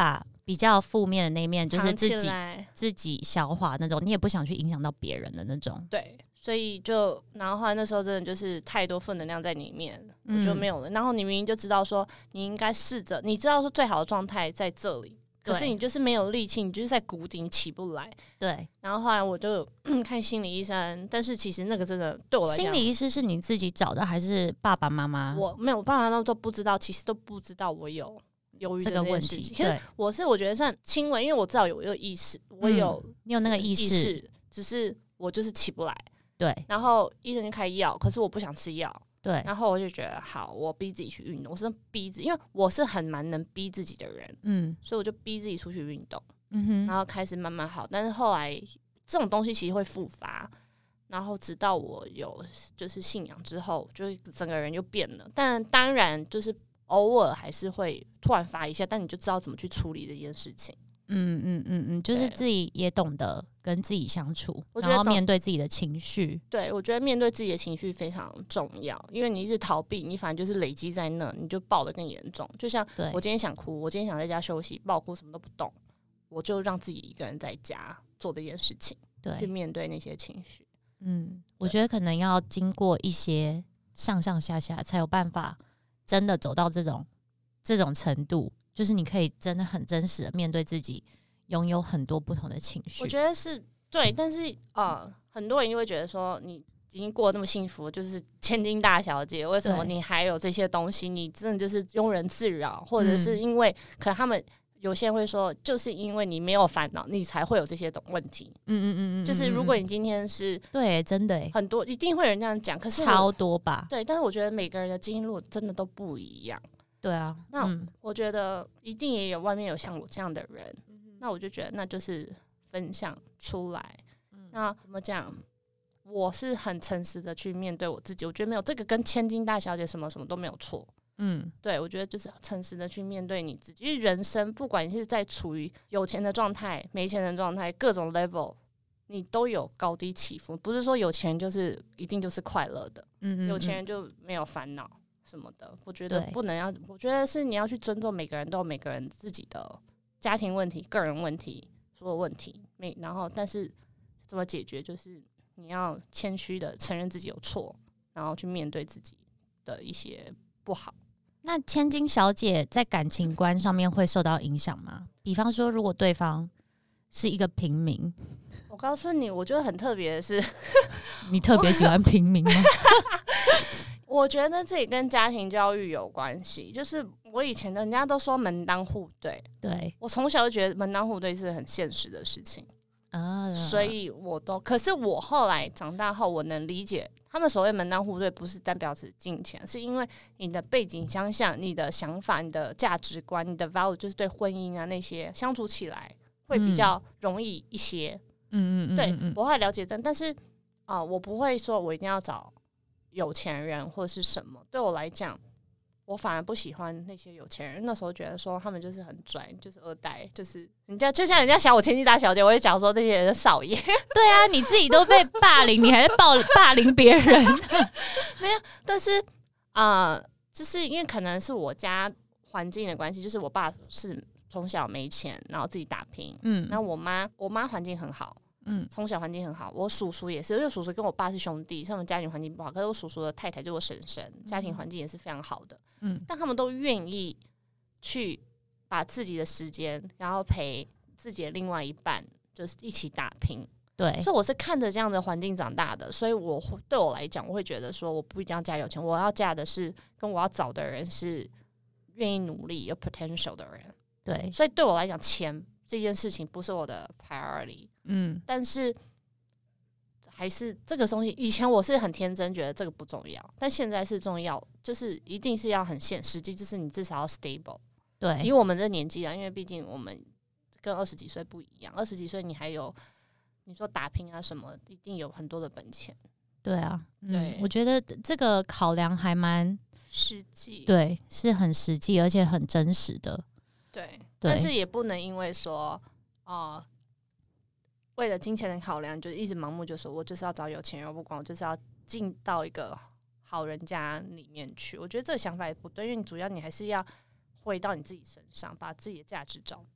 比较负面的那一面，就是自己来自己消化那种，你也不想去影响到别人的那种。 对，所以就然后后来那时候真的就是太多负能量在里面，嗯、我就没有了。然后你明明就知道说你应该试着，你知道说最好的状态在这里，可是你就是没有力气，你就是在谷底，你起不来。 对。 然后后来我就看心理医生，但是其实那个真的对我来讲， 心理医师是你自己找的还是爸爸妈妈？ 我没有，我爸妈都都不知道，其实都不知道我有忧郁这个问题。 可是我是我觉得算轻微，因为我知道有有意识，我有、 嗯、你有那个意识， 意识只是我就是起不来。 对， 然后医生就开药，可是我不想吃药。 对， 然后我就觉得好，我逼自己去运动，我是逼自己，因为我是很蛮能逼自己的人，嗯，所以我就逼自己出去运动，嗯哼，然后开始慢慢好。但是后来这种东西其实会复发，然后直到我有就是信仰之后，就整个人就变了。但当然就是偶尔还是会突然发一下，但你就知道怎么去处理这件事情。 嗯嗯嗯嗯，就是自己也懂得跟自己相处，然后面对自己的情绪。 对，我觉得面对自己的情绪非常重要，因为你一直逃避，你反正就是累积在那，你就爆得更严重。就像我今天想哭，我今天想在家休息，爆哭什么都不动，我就让自己一个人在家做这件事情，对，去面对那些情绪。 嗯，我觉得可能要经过一些上上下下，才有办法真的走到这种这种程度。就是你可以真的很真实的面对自己，拥有很多不同的情绪。 我觉得是对，但是呃，很多人就会觉得说，你已经过得那么幸福，就是千金大小姐，为什么你还有这些东西？你真的就是庸人自扰，或者是因为、嗯、可能他们有些人会说，就是因为你没有烦恼，你才会有这些问题。嗯嗯嗯嗯，就是如果你今天是对，真的很多一定会有人这样讲，可是超多吧？ 对，但是我觉得每个人的经历真的都不一样。 对啊， 那、嗯、我觉得一定也有外面有像我这样的人，嗯、那我就觉得那就是分享出来。嗯、那怎么讲？我是很诚实的去面对我自己，我觉得没有这个跟千金大小姐什么什么都没有错。嗯，对，我觉得就是诚实的去面对你自己，因为人生不管你是在处于有钱的状态、没钱的状态，各种 level 你都有高低起伏，不是说有钱就是一定就是快乐的，嗯嗯嗯，有钱人就没有烦恼。什么的，我觉得不能要，我觉得是你要去尊重每个人都有每个人自己的家庭问题、个人问题、所有问题，没然后但是怎么解决，就是你要谦虚的承认自己有错，然后去面对自己的一些不好。 那千金小姐在感情观上面会受到影响吗？比方说，如果对方是一个平民， 我告诉你，我觉得很特别的是， 你特别喜欢平民吗？ 我觉得这也跟家庭教育有关系，就是我以前的人家都说门当户对， 对我从小就觉得门当户对是很现实的事情啊，所以我都，可是我后来长大后，我能理解他们所谓门当户对，不是单表示金钱，是因为你的背景相像、你的想法、你的价值观、你的 value， 就是对婚姻啊那些相处起来会比较容易一些。嗯嗯嗯，对我后来了解这，但是啊、呃，我不会说我一定要找有钱人或是什么，对我来讲，我反而不喜欢那些有钱人。那时候觉得说他们就是很拽，就是二代，就是人家就像人家想我千金大小姐，我也讲说那些人是少爷。 对啊，你自己都被霸凌，你还在霸霸凌别人？ 没有，但是啊、呃，就是因为可能是我家环境的关系，就是我爸是从小没钱，然后自己打拼，嗯，然后我妈，我妈环境很好。嗯，从小环境很好，我叔叔也是，因为叔叔跟我爸是兄弟，所以我们家庭环境不好。可是我叔叔的太太就是我婶婶，家庭环境也是非常好的。嗯，但他们都愿意去把自己的时间，然后陪自己的另外一半，就是一起打拼。 对， 所以我是看着这样的环境长大的，所以我对我来讲，我会觉得说，我不一定要嫁有钱，我要嫁的是跟我要找的人是愿意努力、有 potential 的人。 对， 所以对我来讲，钱这件事情不是我的 priority。嗯，但是还是这个东西，以前我是很天真，觉得这个不重要，但现在是重要，就是一定是要很现实际，就是你至少要 stable。 对， 以我们的年纪啊，因为毕竟我们跟二十几岁不一样，二十几岁你还有你说打拼啊什么，一定有很多的本钱。 对啊， 嗯、对， 我觉得这个考量还蛮实际， 对，是很实际而且很真实的。 对，对，但是也不能因为说哦。呃为了金钱的考量，就一直盲目就说我就是要找有钱人，不管我就是要进到一个好人家里面去。我觉得这个想法也不对，因为你主要你还是要回到你自己身上，把自己的价值找到。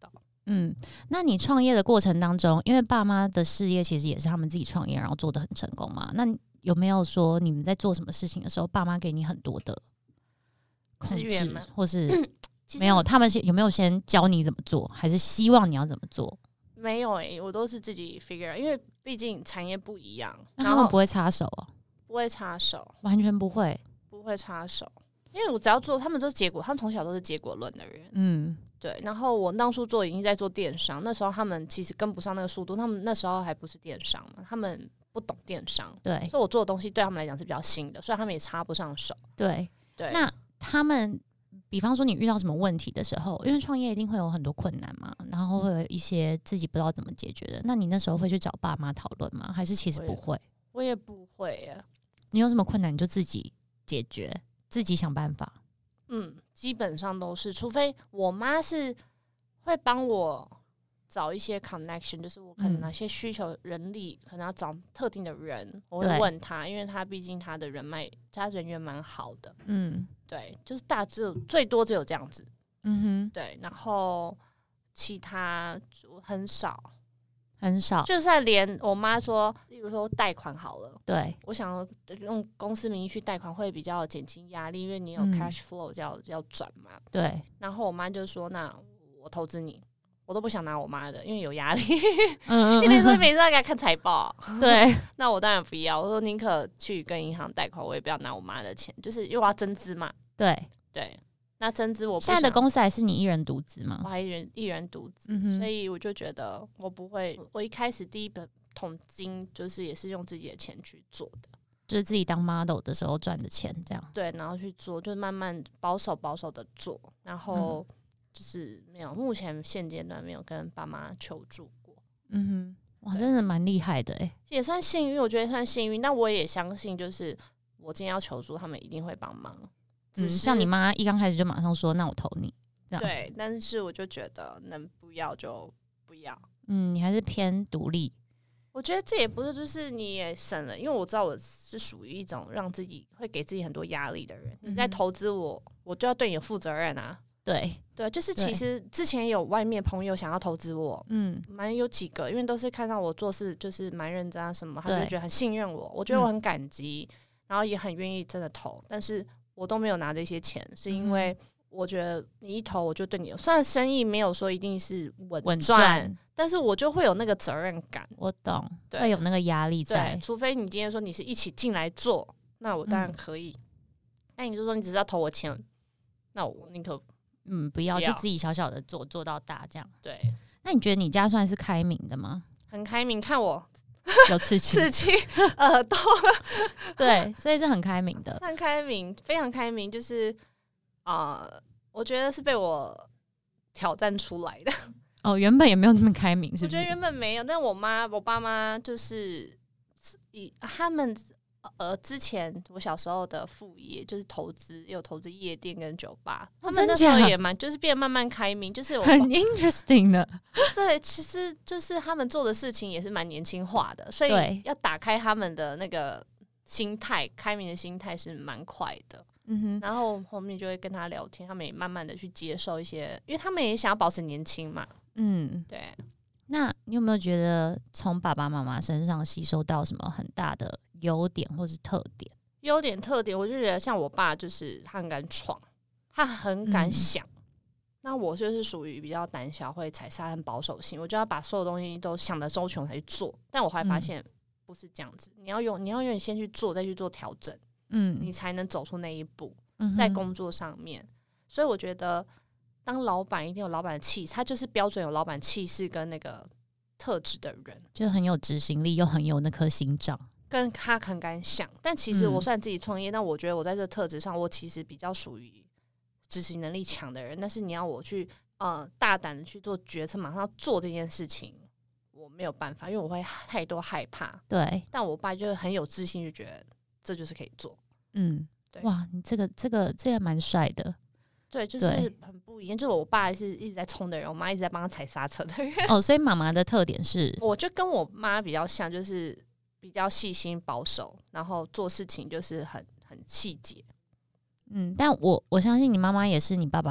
嗯，那你创业的过程当中，因为爸妈的事业其实也是他们自己创业，然后做得很成功嘛，那有没有说你们在做什么事情的时候，爸妈给你很多的控制，或是没有？他们有没有先教你怎么做，还是希望你要怎么做？ 没有诶、欸，我都是自己 figure， 因为毕竟产业不一样。 那他们不会插手哦、啊？ 不会插手， 完全不会， 不会插手。因为我只要做，他们都是结果，他们从小都是结果论的人。嗯，对。然后我当初做已经在做电商，那时候他们其实跟不上那个速度，他们那时候还不是电商嘛，他们不懂电商， 对， 所以我做的东西对他们来讲是比较新的，所以他们也插不上手。 对对。 那他们，比方说你遇到什么问题的时候，因为创业一定会有很多困难嘛，然后会有一些自己不知道怎么解决的，那你那时候会去找爸妈讨论吗？还是其实不会？ 我也不会耶。 你有什么困难你就自己解决，自己想办法。 嗯，基本上都是，除非我妈是会帮我找一些 connection， 就是我可能哪些需求人力，嗯、可能要找特定的人，我会问他，因为他毕竟他的人脉，他人缘蛮好的。嗯，对，就是大致最多只有这样子。嗯哼，对，然后其他很少。 很少， 就算连我妈说，例如说贷款好了， 对， 我想用公司名义去贷款会比较减轻压力，因为你有 cash flow 要、嗯、要转嘛。 对， 然后我妈就说：“那我投资你，我都不想拿我妈的，因为有压力。嗯”因为说每次要给她看财报， 对， 那我当然不要。我说宁可去跟银行贷款，我也不要拿我妈的钱，就是因为我要增资嘛。 对对。那增资我不现在的公司还是你一人独资吗？ 我还一人一人独资、嗯，所以我就觉得我不会。我一开始第一本桶金就是也是用自己的钱去做的， 就是自己当 model 的时候赚的钱，这样对，然后去做，就慢慢保守保守的做，然后就是没有，目前现阶段没有跟爸妈求助过。 嗯哼，哇，真的蛮厉害的哎、欸， 也算幸运，我觉得算幸运。但我也相信，就是我今天要求助，他们一定会帮忙。 嗯，像你妈一刚开始就马上说那我投你这样， 对，但是我就觉得能不要就不要。 嗯，你还是偏独立。 我觉得这也不是，就是你也省了，因为我知道我是属于一种让自己会给自己很多压力的人。嗯、你在投资我，我就要对你负责任啊。 对对，就是其实之前有外面朋友想要投资我，嗯，蛮有几个，因为都是看到我做事就是蛮认真啊什么，他就觉得很信任我，我觉得我很感激，嗯、然后也很愿意真的投，但是我都没有拿这些钱，是因为我觉得你一投我就对你，虽然生意没有说一定是稳赚，但是我就会有那个责任感。 我懂，会有那个压力在。 除非你今天说你是一起进来做，那我当然可以。但、嗯、你就说你只是要投我钱，那我宁可嗯不要，就自己小小的做做到大这样。 对， 那你觉得你家算是开明的吗？ 很开明，看我。 有刺青， 刺青耳朵， 对，所以是很开明的， 算开明，非常开明，就是啊、呃，我觉得是被我挑战出来的。 哦，原本也没有那么开明，是不是？ 我觉得原本没有，但我妈、我爸妈就是以他们呃之前我小时候的副业就是投资，有投资夜店跟酒吧，他们那时候也蛮就是变慢慢开明，就是我很 interesting 的。 对，其实就是他们做的事情也是蛮年轻化的，所以要打开他们的那个心态，开明的心态是蛮快的。嗯哼，然后后面就会跟他聊天，他们也慢慢的去接受一些，因为他们也想要保持年轻嘛。嗯，对。 那你有没有觉得从爸爸妈妈身上吸收到什么很大的优点或是特点？ 优点特点，我就觉得像我爸，就是他很敢闯，他很敢想。嗯、那我就是属于比较胆小，会踩刹很保守性，我就要把所有东西都想得周全才去做。但我后来发现不是这样子，你要用你要用你先去做，再去做调整，嗯，你才能走出那一步。嗯、在工作上面，所以我觉得。当老板一定有老板的气势，他就是标准有老板气势跟那个特质的人， 就很有执行力，又很有那颗心脏， 跟他很敢想。但其实我虽然自己创业，但、嗯、我觉得我在这个特质上，我其实比较属于执行能力强的人。但是你要我去呃大胆的去做决策，马上做这件事情，我没有办法，因为我会太多害怕。 对， 但我爸就很有自信，就觉得这就是可以做。 嗯，对，哇，你这个这个这个蛮帅的。 对，就是很不一样。就是我爸是一直在冲的人，我妈一直在帮他踩刹车的人。 哦，所以妈妈的特点是， 我就跟我妈比较像，就是比较细心保守，然后做事情就是很很细节。 嗯，但我我相信你妈妈也是你爸爸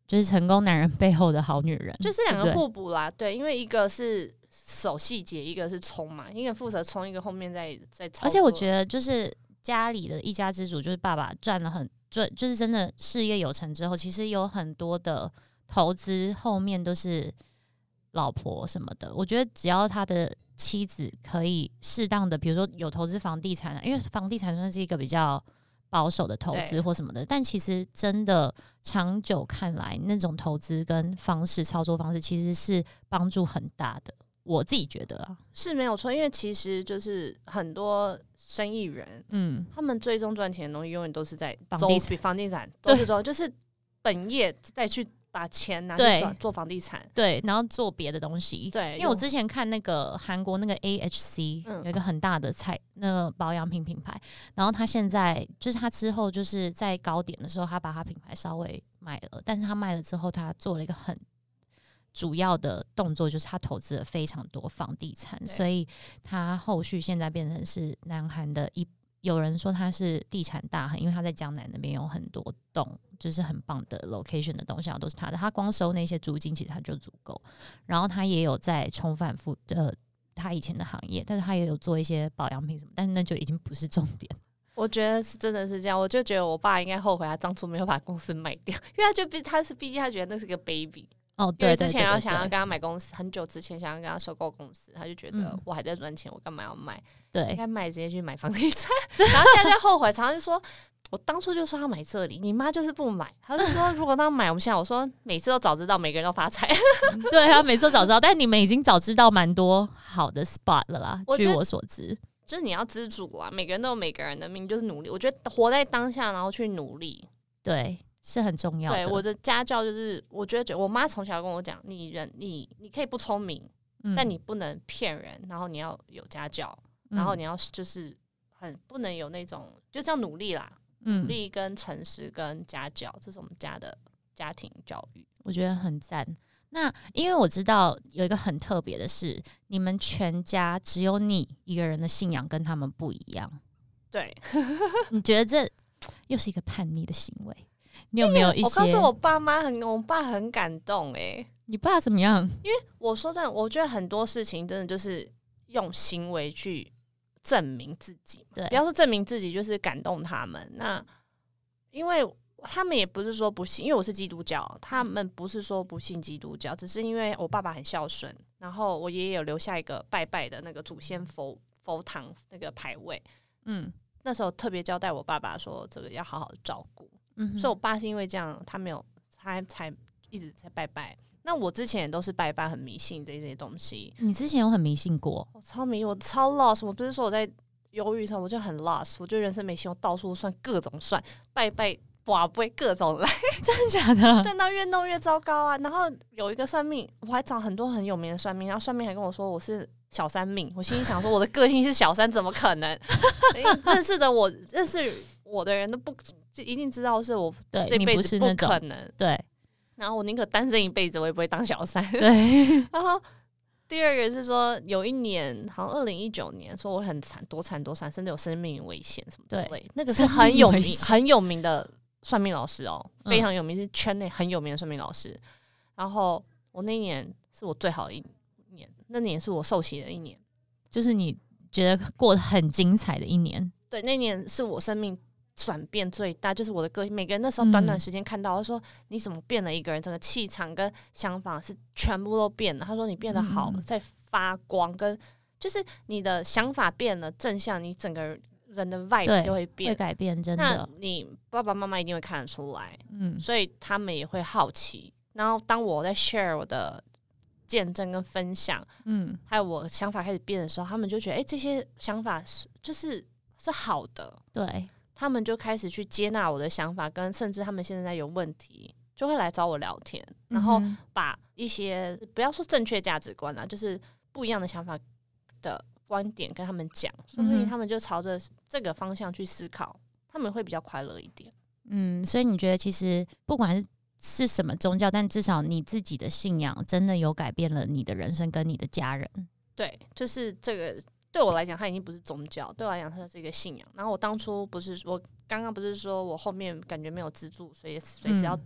就是成功男人背后的好女人， 就是两个互补啦。 对, 对，因为一个是守细节，一个是冲嘛，一个负责冲，一个后面在在操作。 而且我觉得就是家里的一家之主，就是爸爸赚了很赚，就是真的事业有成之后，其实有很多的投资后面都是老婆什么的。我觉得只要他的妻子可以适当的，比如说有投资房地产、啊，因为房地产算是一个比较保守的投资或什么的，但其实真的长久看来，那种投资跟方式操作方式其实是帮助很大的。我自己觉得啊， 是没有错，因为其实就是很多生意人，嗯，他们最终赚钱的东西永远都是在房地产， 房地产都是说就是本业再去把钱拿去做房地产， 对，然后做别的东西， 对。 因为我之前看那个韩国那个 A H C、嗯、有一个很大的菜那个保养品品牌，然后他现在就是他之后就是在高点的时候，他把他品牌稍微卖了，但是他卖了之后，他做了一个很主要的动作，就是他投资了非常多房地产，所以他后续现在变成是南韩的一，有人说他是地产大亨，因为他在江南那边有很多栋，就是很棒的 location 的东西都是他的，他光收那些租金其实他就足够。然后他也有在重返复呃他以前的行业，但是他也有做一些保养品什么，但是那就已经不是重点。 我觉得是真的是这样，我就觉得我爸应该后悔他当初没有把公司卖掉，因为他就他是毕竟他觉得那是个 baby。 哦，对， 因为之前要想要跟他买公司，很久之前想要跟他收购公司，他就觉得我还在赚钱，我干嘛要卖？ 对， 应该卖直接去买房地产。然后现在就后悔，常常就说，我当初就说要买这里，你妈就是不买。他就说如果他买，我们现在我说每次都早知道，每个人都发财。 对啊，每次都早知道，但你们已经早知道蛮多好的 spot 了啦。我据我所知， 就是你要知足啊，每个人都有每个人的命，就是努力。我觉得活在当下，然后去努力。 对。是很重要的。 对，我的家教就是，我觉得我妈从小跟我讲，你人你你可以不聪明、嗯，但你不能骗人，然后你要有家教，然后你要就是很不能有那种，就这样努力啦，嗯、努力跟诚实跟家教，这是我们家的家庭教育， 我觉得很赞。那因为我知道有一个很特别的是，你们全家只有你一个人的信仰跟他们不一样。 对， 你觉得这又是一个叛逆的行为？你有没有一些？我告诉我爸妈很，我爸很感动哎、欸。 你爸怎么样？ 因为我说真的，我觉得很多事情真的就是用行为去证明自己。对，不要说证明自己，就是感动他们。那因为他们也不是说不信，因为我是基督教，他们不是说不信基督教，只是因为我爸爸很孝顺，然后我爷爷有留下一个拜拜的那个祖先佛佛堂那个牌位。嗯，那时候特别交代我爸爸说，这个要好好的照顾。嗯，所以我爸是因为这样，他没有，他才一直在拜拜。那我之前也都是拜拜，很迷信这些东西。 你之前有很迷信过？ 我超迷，我超 lost。我不是说我在忧郁上，我就很 lost。我觉得人生没希望，到处算各种算，拜拜拔杯各种来， 真的假的？ 对，那越弄越糟糕啊。然后有一个算命，我还找很多很有名的算命，然后算命还跟我说我是小三命。我心里想说，我的个性是小三，怎么可能？认识的我，认识我的人都不。就一定知道是我这辈子不可能， 对。 然后我宁可单身一辈子，我也不会当小三。 对。 然后第二个是说，有一年好像二零一九年，说我很惨，多惨多惨，甚至有生命危险什么之类。那个是很有名、很有名的算命老师哦，非常有名，是圈内很有名的算命老师。然后我那一年是我最好的一年，那年是我受洗的一年， 就是你觉得过得很精彩的一年。 对，那年是我生命转变最大，就是我的个性。每个人那时候短短时间看到，他、嗯、说你怎么变了一个人，整个气场跟想法是全部都变了。他说你变得好，嗯、在发光，跟就是你的想法变了，正向，你整个人的 vibe 就会变， 会改变，真的。 那你爸爸妈妈一定会看得出来，嗯，所以他们也会好奇。然后当我在 share 我的见证跟分享，嗯，还有我想法开始变的时候，他们就觉得，哎、欸，这些想法是就是是好的， 对。 他们就开始去接纳我的想法，跟甚至他们现在有问题就会来找我聊天，然后把一些不要说正确价值观啦，就是不一样的想法的观点跟他们讲，所以他们就朝着这个方向去思考，他们会比较快乐一点。 嗯，所以你觉得其实不管是是什么宗教，但至少你自己的信仰真的有改变了你的人生跟你的家人。 对，就是这个。对我来讲，它已经不是宗教，对我来讲，它是一个信仰。然后我当初不是，我刚刚不是说我后面感觉没有资助，所以随时要倒、嗯。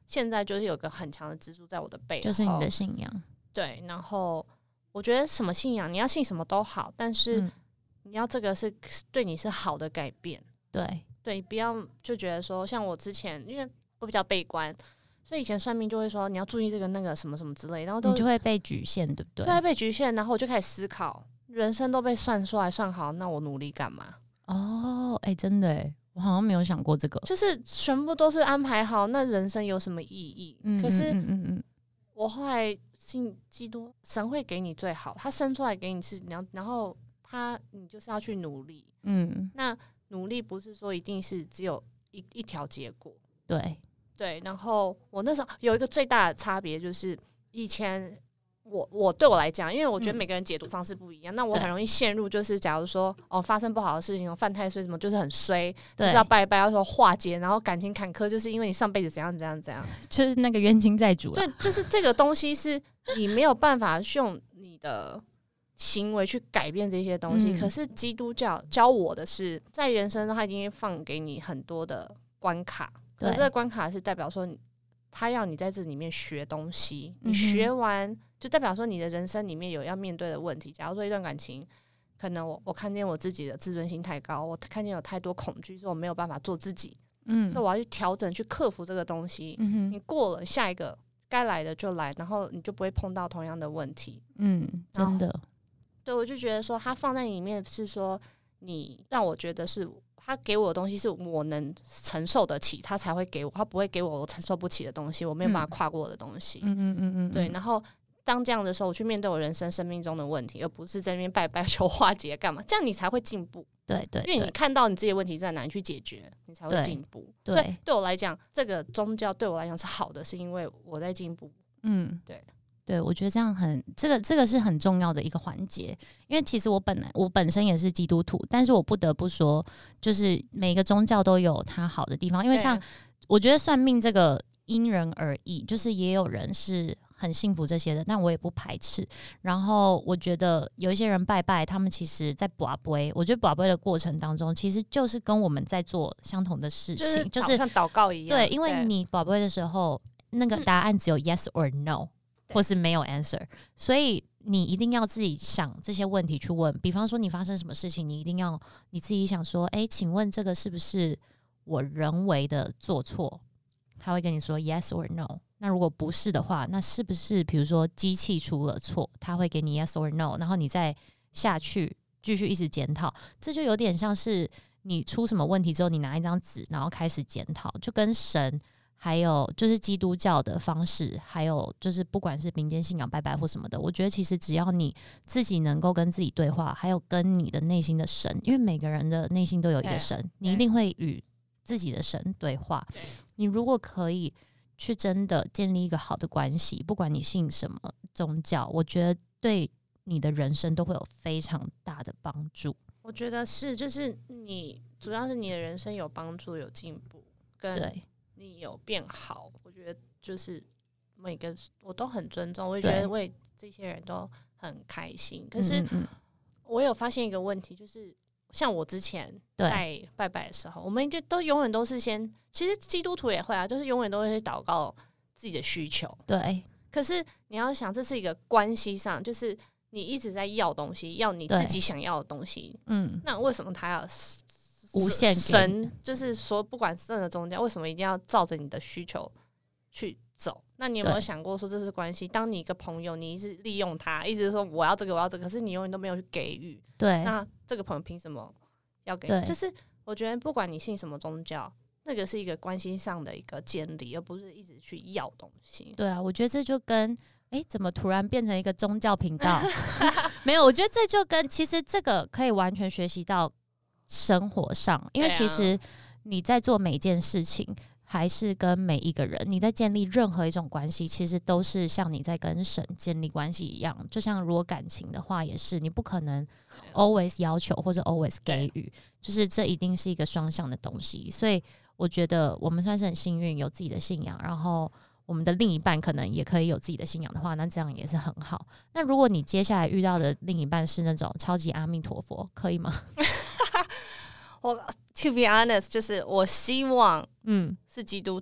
现在就是有个很强的支柱在我的背后， 就是你的信仰。 对，然后我觉得什么信仰，你要信什么都好，但是你要这个是对你是好的改变。 对对，不要就觉得说，像我之前因为我比较悲观，所以以前算命就会说你要注意这个那个什么什么之类，然后都你就会被局限，对不对？ 对，被局限，然后我就开始思考，人生都被算出来算好，那我努力干嘛？ 哦，哎、欸，真的哎，我好像没有想过这个， 就是全部都是安排好，那人生有什么意义？ 嗯、 可是， 嗯嗯嗯， 我后来信基督，神会给你最好，他生出来给你是你要，然后他你就是要去努力，嗯，那努力不是说一定是只有一一条结果， 对对。然后我那时候有一个最大的差别就是，以前我我对我来讲，因为我觉得每个人解读方式不一样，嗯、那我很容易陷入就是假如说哦发生不好的事情，犯太岁什么就是很衰，就是要拜拜，要说化解，然后感情坎坷，就是因为你上辈子怎样怎样怎样， 就是那个冤亲债主。 对，就是这个东西是你没有办法用你的行为去改变这些东西，嗯、可是基督教教我的是，在人生他一定会放给你很多的关卡，可是这个关卡是代表说他要你在这里面学东西，你学完就代表说你的人生里面有要面对的问题。假如说一段感情，可能我我看见我自己的自尊心太高，我看见有太多恐惧，所以我没有办法做自己，嗯，所以我要去调整，去克服这个东西。嗯、你过了下一个该来的就来，然后你就不会碰到同样的问题。嗯， 真的。 对，我就觉得说他放在里面是说你让我觉得是他给我的东西是我能承受得起，他才会给我，他不会给我我承受不起的东西，我没有办法跨过的东西。嗯嗯嗯嗯，对。然后当这样的时候，我去面对我人生生命中的问题，而不是在那边拜拜求化解干嘛，这样你才会进步。 对 对, 对， 因为你看到你自己的问题在哪，你去解决，你才会进步。对，所以对我来讲，这个宗教对我来讲是好的，是因为我在进步。嗯，对。 对，我觉得这样很，这个这个是很重要的一个环节，因为其实我本来我本身也是基督徒，但是我不得不说，就是每个宗教都有它好的地方，因为像我觉得算命这个因人而异，就是也有人是很信服这些的，但我也不排斥。然后我觉得有一些人拜拜，他们其实在跋杯，我觉得跋杯的过程当中，其实就是跟我们在做相同的事情，就是像祷告一样。 对，因为你跋杯的时候，那个答案只有 yes or no。或是没有 answer， 所以你一定要自己想这些问题去问。比方说你发生什么事情，你一定要你自己想说，哎、欸，请问这个是不是我人为的做错？他会跟你说 yes or no。那如果不是的话，那是不是比如说机器出了错？他会给你 yes or no， 然后你再下去继续一直检讨。这就有点像是你出什么问题之后，你拿一张纸，然后开始检讨，就跟神。还有就是基督教的方式，还有就是不管是民间信仰拜拜或什么的，我觉得其实只要你自己能够跟自己对话，还有跟你的内心的神，因为每个人的内心都有一个神，你一定会与自己的神对话。你如果可以去真的建立一个好的关系，不管你信什么宗教，我觉得对你的人生都会有非常大的帮助。 我觉得是，就是你主要是你的人生有帮助、有进步，跟对。你有变好，我觉得就是每个我都很尊重，我也觉得为这些人都很开心。可是我有发现一个问题，就是像我之前在拜拜的时候，我们就都永远都是先，其实基督徒也会啊，就是永远都会祷告自己的需求。 对， 可是你要想，这是一个关系上，就是你一直在要东西，要你自己想要的东西。嗯，那为什么他要？ 无限神就是说，不管任何宗教，为什么一定要照着你的需求去走？那你有没有想过说这是关系？当你一个朋友，你一直利用他，一直说我要这个我要这个，可是你永远都没有去给予。 对， 那这个朋友凭什么要给予？就是我觉得不管你信什么宗教，那个是一个关系上的一个建立，而不是一直去要东西。 对啊，我觉得这就跟哎、欸，怎么突然变成一个宗教频道？没有，我觉得这就跟其实这个可以完全学习到。生活上，因为其实你在做每件事情，还是跟每一个人，你在建立任何一种关系，其实都是像你在跟神建立关系一样。就像如果感情的话，也是你不可能 always 要求或者 always 给予，就是这一定是一个双向的东西。所以我觉得我们算是很幸运，有自己的信仰，然后我们的另一半可能也可以有自己的信仰的话，那这样也是很好。那如果你接下来遇到的另一半是那种超级阿弥陀佛，可以吗？ 我 to be honest， 就是我希望嗯是基督徒，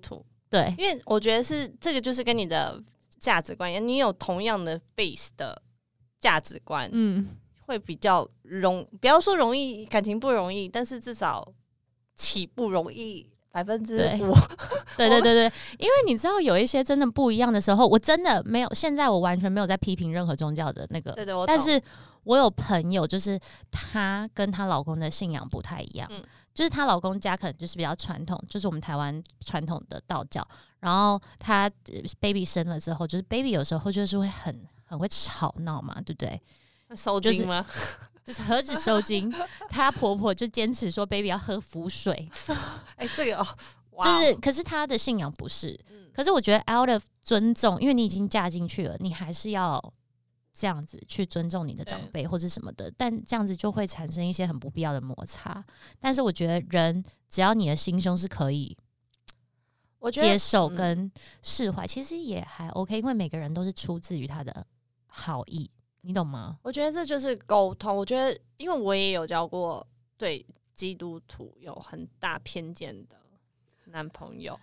对， 因为我觉得是这个就是跟你的价值观一样，你有同样的 base 的价值观，嗯，会比较容，不要说容易感情不容易，但是至少起步容易百分之五。 对对对对，因为你知道有一些真的不一样的时候，我真的没有，现在我完全没有在批评任何宗教的那个， 对对，我懂。 但是我有朋友，就是她跟她老公的信仰不太一样，嗯，就是她老公家可能就是比较传统，就是我们台湾传统的道教。然后她 baby 生了之后，就是 baby 有时候就是会很很会吵闹嘛，对不对？ 收精吗？ 就是、就是何止收精，她婆婆就坚持说 baby 要喝符水。 哎，这个哦。 就是，可是他的信仰不是，嗯，可是我觉得 out of 尊重，因为你已经嫁进去了，你还是要这样子去尊重你的长辈或者什么的，但这样子就会产生一些很不必要的摩擦。但是我觉得人只要你的心胸是可以接受跟释怀，其实也还 OK， 因为每个人都是出自于他的好意，你懂吗？ 我觉得这就是沟通。我觉得，因为我也有交过对基督徒有很大偏见的男朋友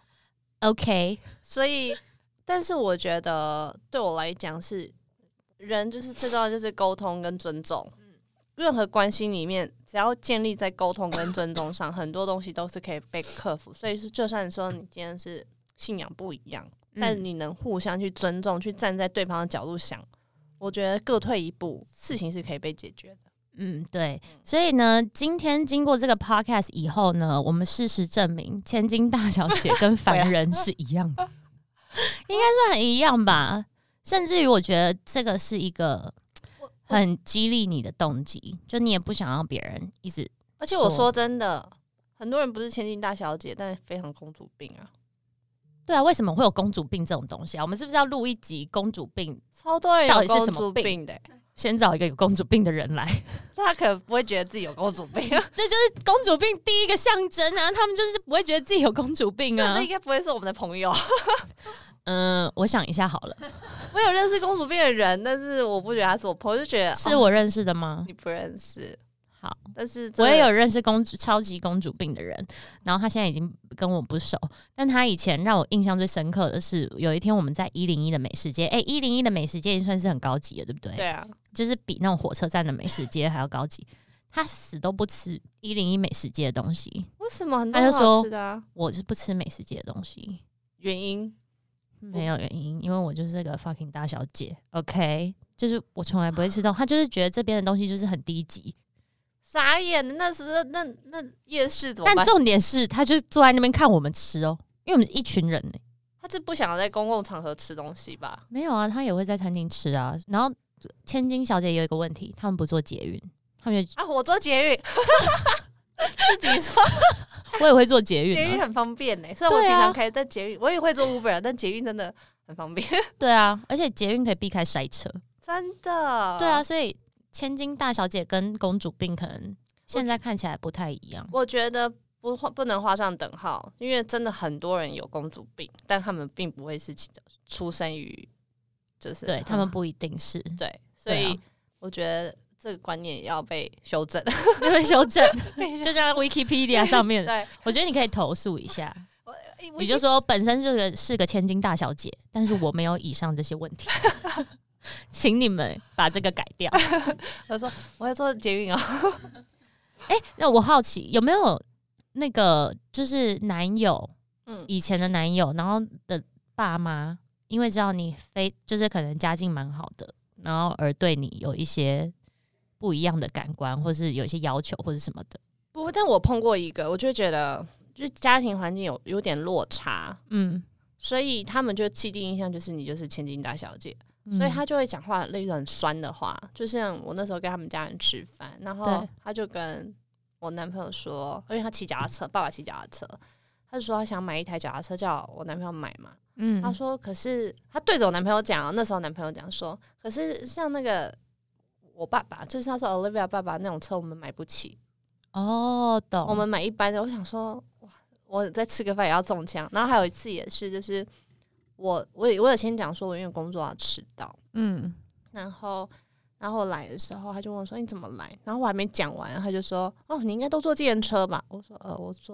，OK， 所以，但是我觉得对我来讲是人就是最重要就是沟通跟尊重。任何关系里面，只要建立在沟通跟尊重上，很多东西都是可以被克服。所以是，就算说你今天是信仰不一样，但你能互相去尊重，去站在对方的角度想，我觉得各退一步，事情是可以被解决的。 嗯，对，所以呢，今天经过这个 podcast 以后呢，我们事实证明，千金大小姐跟凡人是一样的，应该是很一样吧。甚至于，我觉得这个是一个很激励你的动机，就你也不想让别人一直。 而且我说真的，很多人不是千金大小姐，但是非常公主病啊。 对啊，为什么会有公主病这种东西啊？我们是不是要录一集公主病？ 超多人有公主病的、欸。 先找一个有公主病的人来， 他可能不会觉得自己有公主病， 这就是公主病第一个象征啊！他们就是不会觉得自己有公主病啊。 这应该不会是我们的朋友。 嗯，我想一下好了。 我有认识公主病的人，但是我不觉得他是我朋友，就觉得是我认识的吗？ 哦、你不认识。 好， 但是我也有认识公主超级公主病的人，然后他现在已经跟我不熟，但他以前让我印象最深刻的是，有一天我们在一零一的美食街，哎、欸，一零一的美食街也算是很高级的，对不对？ 对啊， 就是比那种火车站的美食街还要高级。他死都不吃一零一美食街的东西， 为什么？很多很好吃的啊， 他就说我是不吃美食街的东西， 原因没有原因，因为我就是个 fucking 大小姐 ，OK， 就是我从来不会吃这种，他就是觉得这边的东西就是很低级。 傻眼，那是那那夜市怎么办？ 但重点是，他就坐在那边看我们吃哦，因为我们是一群人呢、欸。 他是不想在公共场合吃东西吧？ 没有啊，他也会在餐厅吃啊。然后千金小姐有一个问题，他们不坐捷运，他们啊，我坐捷运，自己说， 我也会坐捷运、啊， 捷运很方便呢、欸。虽然我平常开，但捷运我也会坐 Uber， 但捷运真的很方便。 对啊，而且捷运可以避开塞车， 真的。 对啊，所以。千金大小姐跟公主病可能现在看起来不太一样， 我觉得不不能画上等号，因为真的很多人有公主病，但他们并不会是出生于，就是对、嗯、他们不一定是对，所以我觉得这个观念也要被修正， 要被修正，就像 Wikipedia 上面， 对， 我觉得你可以投诉一下，你就说本身这个是个千金大小姐，但是我没有以上这些问题。请你们把这个改掉。 他说我要坐捷运啊。 哎、欸，那我好奇有没有那个就是男友，嗯，以前的男友，然后的爸妈，因为知道你非就是可能家境蛮好的，然后而对你有一些不一样的感官，或是有一些要求或者什么的。 不，但我碰过一个，我就觉得就是家庭环境有有点落差，嗯，所以他们就既定印象就是你就是千金大小姐。所以他就会讲话类似很酸的话，就像我那时候跟他们家人吃饭，然后他就跟我男朋友说，因为他骑脚踏车，爸爸骑脚踏车，他就说他想买一台脚踏车叫我男朋友买嘛，嗯，他说可是他对着我男朋友讲，那时候男朋友讲说，可是像那个我爸爸，就是他说 Olivia 爸爸那种车我们买不起， 哦，懂， 我们买一般的。我想说，哇，我再吃个饭也要中枪。然后还有一次也是，就是我我我有先讲说，我因为工作要迟到，嗯，然后然后来的时候，他就问我说你怎么来？然后我还没讲完，他就说哦，你应该都坐计程车吧？我说呃，我坐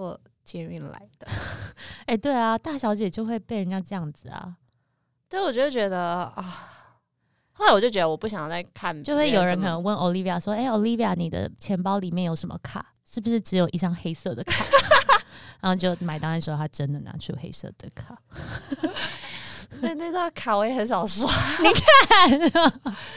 捷运来的。 哎、欸，对啊，大小姐就会被人家这样子啊。 对，我就觉得啊，后来我就觉得我不想再看， 就会有人可能问 Olivia 说：“哎、欸、，Olivia， 你的钱包里面有什么卡？是不是只有一张黑色的卡？”然后就买单的时候，他真的拿出黑色的卡。 那那张卡我也很少刷， 你看。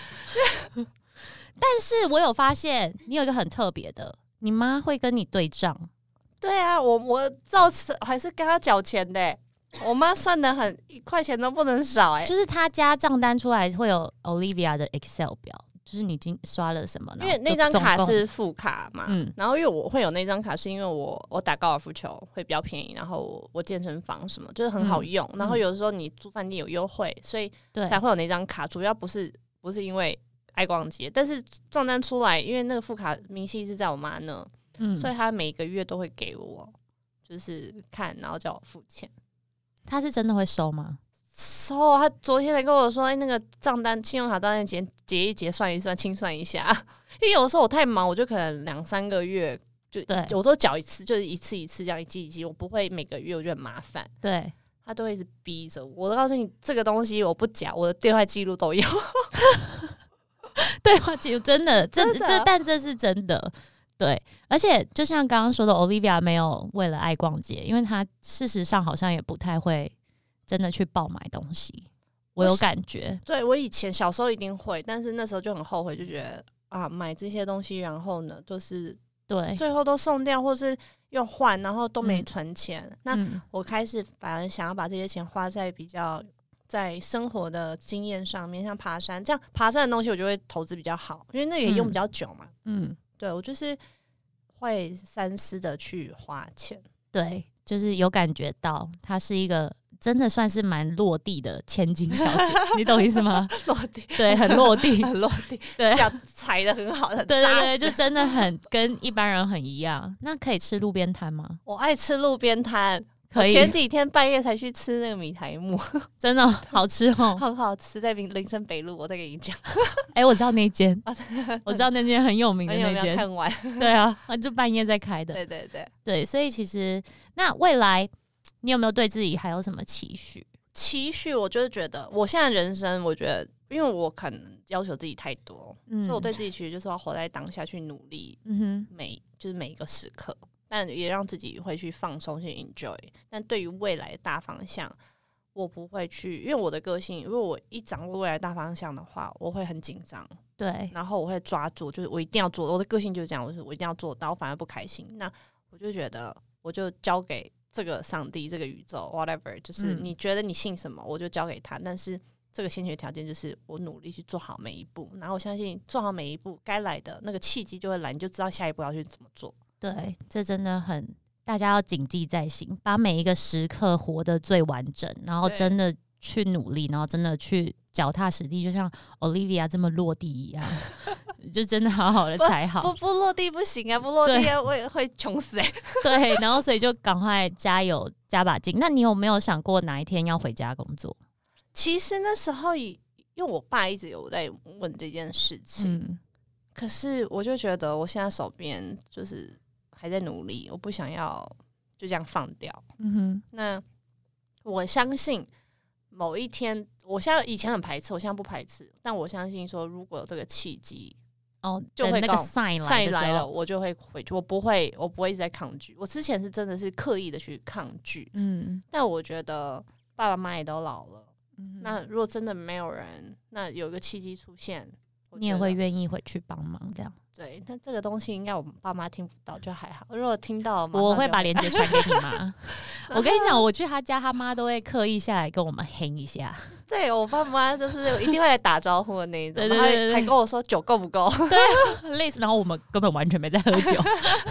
但是我有发现，你有一个很特别的，你妈会跟你对账。 对啊，我我照次还是跟他缴钱的、欸，我妈算的很，一块钱都不能少哎、欸。 就是她加账单出来会有 Olivia 的 Excel 表，就是你已经刷了什么， 因为那张卡是副卡嘛，嗯，然后因为我会有那张卡，是因为我我打高尔夫球会比较便宜，然后 我, 我健身房什么就是很好用，嗯、然后有的时候你住饭店有优惠，所以才会有那张卡。主要不是不是因为爱逛街，但是账单出来，因为那个副卡明细是在我妈那。嗯，所以他每个月都会给我，就是看，然后叫我付钱。 他是真的会收吗？ 收，他昨天才跟我说，哎、欸，那个账单、信用卡账单结结一结，算一算，清算一下。因为有的时候我太忙，我就可能两三个月就，对，我都缴一次，就是一次一次这样一季一季，我不会每个月，我觉得很麻烦。 对， 他都会一直逼着我。我都告诉你，这个东西我不缴，我的对话记录都有。 对话记录真的，这这，但这是真的。对，而且就像刚刚说的 ，Olivia 没有为了爱逛街，因为她事实上好像也不太会真的去爆买东西。我有感觉， 我对我以前小时候一定会，但是那时候就很后悔，就觉得啊，买这些东西，然后呢，就是对， 最后都送掉，或是又换，然后都没存钱。嗯、那我开始反而想要把这些钱花在比较在生活的经验上面，像爬山，这样爬山的东西我就会投资比较好，因为那也用比较久嘛。嗯。嗯对，我就是会三思的去花钱。 对，就是有感觉到她是一个真的算是蛮落地的千金小姐，你懂意思吗？ 落地， 对，很落地， 很落地， 对， 脚踩的很好的， 对对对，就真的很跟一般人很一样。那可以吃路边摊吗？ 我爱吃路边摊。 可以， 前几天半夜才去吃那个米苔目， 真的好吃哦， 很好吃，在林森北路。我再给你讲， 哎、欸，我知道那间，我知道那间很有名的那间， 看完， 对啊，就半夜在开的， 对对对对，所以其实那未来你有没有对自己还有什么期许？ 期许，我就是觉得我现在人生，我觉得因为我可能要求自己太多，嗯、所以我对自己期许就是要活在当下，去努力，嗯哼，每就是每一个时刻。但也让自己会去放松，去 enjoy。但对于未来的大方向，我不会去，因为我的个性，如果我一掌握未来大方向的话，我会很紧张， 对， 然后我会抓住，就是我一定要做，我的个性就是这样，我我一定要做到，我反而不开心。那我就觉得，我就交给这个上帝、这个宇宙 ，whatever， 就是你觉得你信什么，我就交给他。但是这个先决条件就是我努力去做好每一步，然后我相信做好每一步，该来的那个契机就会来，你就知道下一步要去怎么做。 对，这真的很，大家要谨记在心，把每一个时刻活得最完整，然后真的去努力，然后真的去脚踏实地，就像 Olivia 这么落地一样，就真的好好的才好。 不 不, 不落地不行啊，不落地我也会穷死哎、欸。 对，然后所以就赶快加油加把劲。那你有没有想过哪一天要回家工作？ 其实那时候因为我爸一直有在问这件事情，嗯、可是我就觉得我现在手边就是还在努力，我不想要就这样放掉。嗯哼，那我相信某一天，我现在以前很排斥，我现在不排斥，但我相信说，如果有这个契机， 哦， 就会那个 sign 来来了，我就会回去，我不会，我不会一直在抗拒。我之前是真的是刻意的去抗拒，嗯，但我觉得爸爸妈妈也都老了，嗯，那如果真的没有人，那有一个契机出现， 你也会愿意回去帮忙这样。 对，但这个东西应该我爸妈听不到就还好，如果听到我会把链接传给你妈。我跟你讲，我去他家，他妈都会刻意下来跟我们 hang 一下。 对，我爸妈就是一定会来打招呼的那一种，对对对对，还跟我说酒够不够。 对，类似，然后我们根本完全没在喝酒。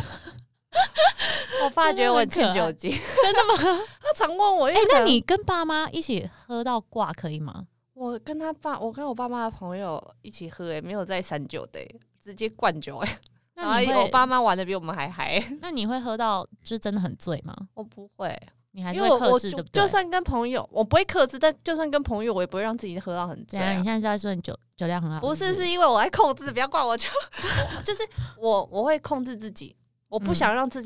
我爸觉得我很欠酒精。 真的吗？ 他常问我，哎、 欸，那你跟爸妈一起喝到挂可以吗？ 我跟他爸，我跟我爸妈的朋友一起喝、欸，没有在散酒的、欸，直接灌酒、欸，然后我爸妈玩的比我们还嗨、欸。 那你会喝到就真的很醉吗？ 我不会， 你还是会克制，对不对？ 就算跟朋友，我不会克制，但就算跟朋友，我也不会让自己喝到很醉、啊。 你现在是在说你酒酒量很好？ 不是，是因为我在控制，不要怪我就，就是我我会控制自己，我不想让自己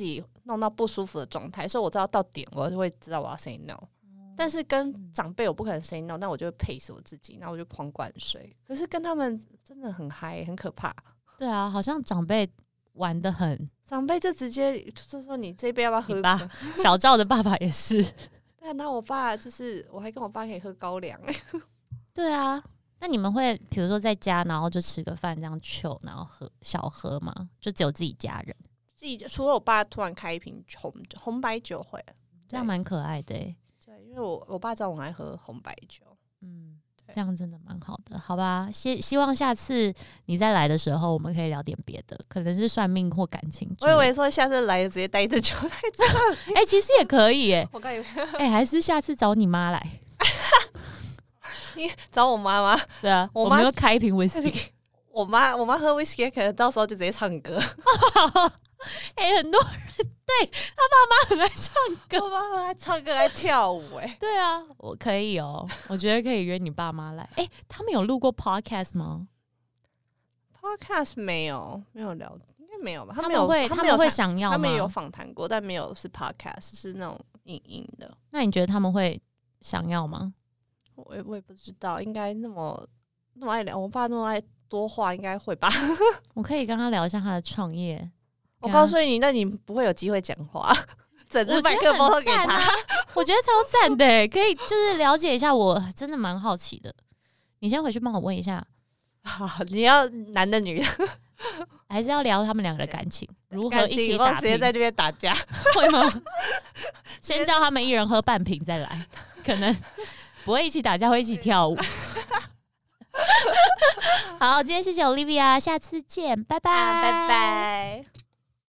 弄到不舒服的状态，所以我知道到点我就会知道我要 say no。但是跟长辈我不可能 say no，但我就会 pace 我自己，然后我就狂灌水。可是跟他们真的很嗨，很可怕。 对啊，好像长辈玩得很， 长辈就直接就说你这杯要不要喝？ 爸小赵的爸爸也是。 对，那我爸就是我还跟我爸可以喝高粱。 对啊，那你们会比如说在家，然后就吃个饭这样 chill， 然后喝小喝吗？就只有自己家人？ 自己除了我爸突然开一瓶红红白酒会， 这样蛮可爱的、欸。 对，因为我我爸知道我爱喝红白酒， 嗯，这样真的蛮好的，好吧？希希望下次你再来的时候，我们可以聊点别的，可能是算命或感情。 我以为说下次来直接带一支酒在这里， 哎、欸，其实也可以耶、欸。 我刚以为， 哎、欸，还是下次找你妈来。 你找我妈妈？ 对啊，我们又开一瓶威士忌。 我妈，我妈喝威士忌，可能到时候就直接唱歌。 哎、欸，很多人对他爸妈很爱唱歌， 我妈妈爱唱歌爱跳舞、欸，哎， 对啊，我可以哦、喔，我觉得可以约你爸妈来。哎、欸，他们有录过 podcast 吗 ？podcast 没有，没有聊，应该没有吧？ 他们有会， 他们会想要吗？ 他们有访谈过，但没有是 podcast， 是那种影音的。 那你觉得他们会想要吗？ 我也我也不知道，应该那么那么爱聊，我爸那么爱多话，应该会吧？ 我可以跟他聊一下他的创业。 我告诉你，那你不会有机会讲话，整只麦克风都给他。 我觉得超赞的，可以就是了解一下，我真的蛮好奇的。你先回去帮我问一下， 好，你要男的女的， 还是要聊他们两个的感情，如何一起打拼？ 直接在那边打架， 会吗？先叫他们一人喝半瓶再来，可能不会一起打架，会一起跳舞。好，今天谢谢 Olivia， 下次见，拜拜， 拜拜。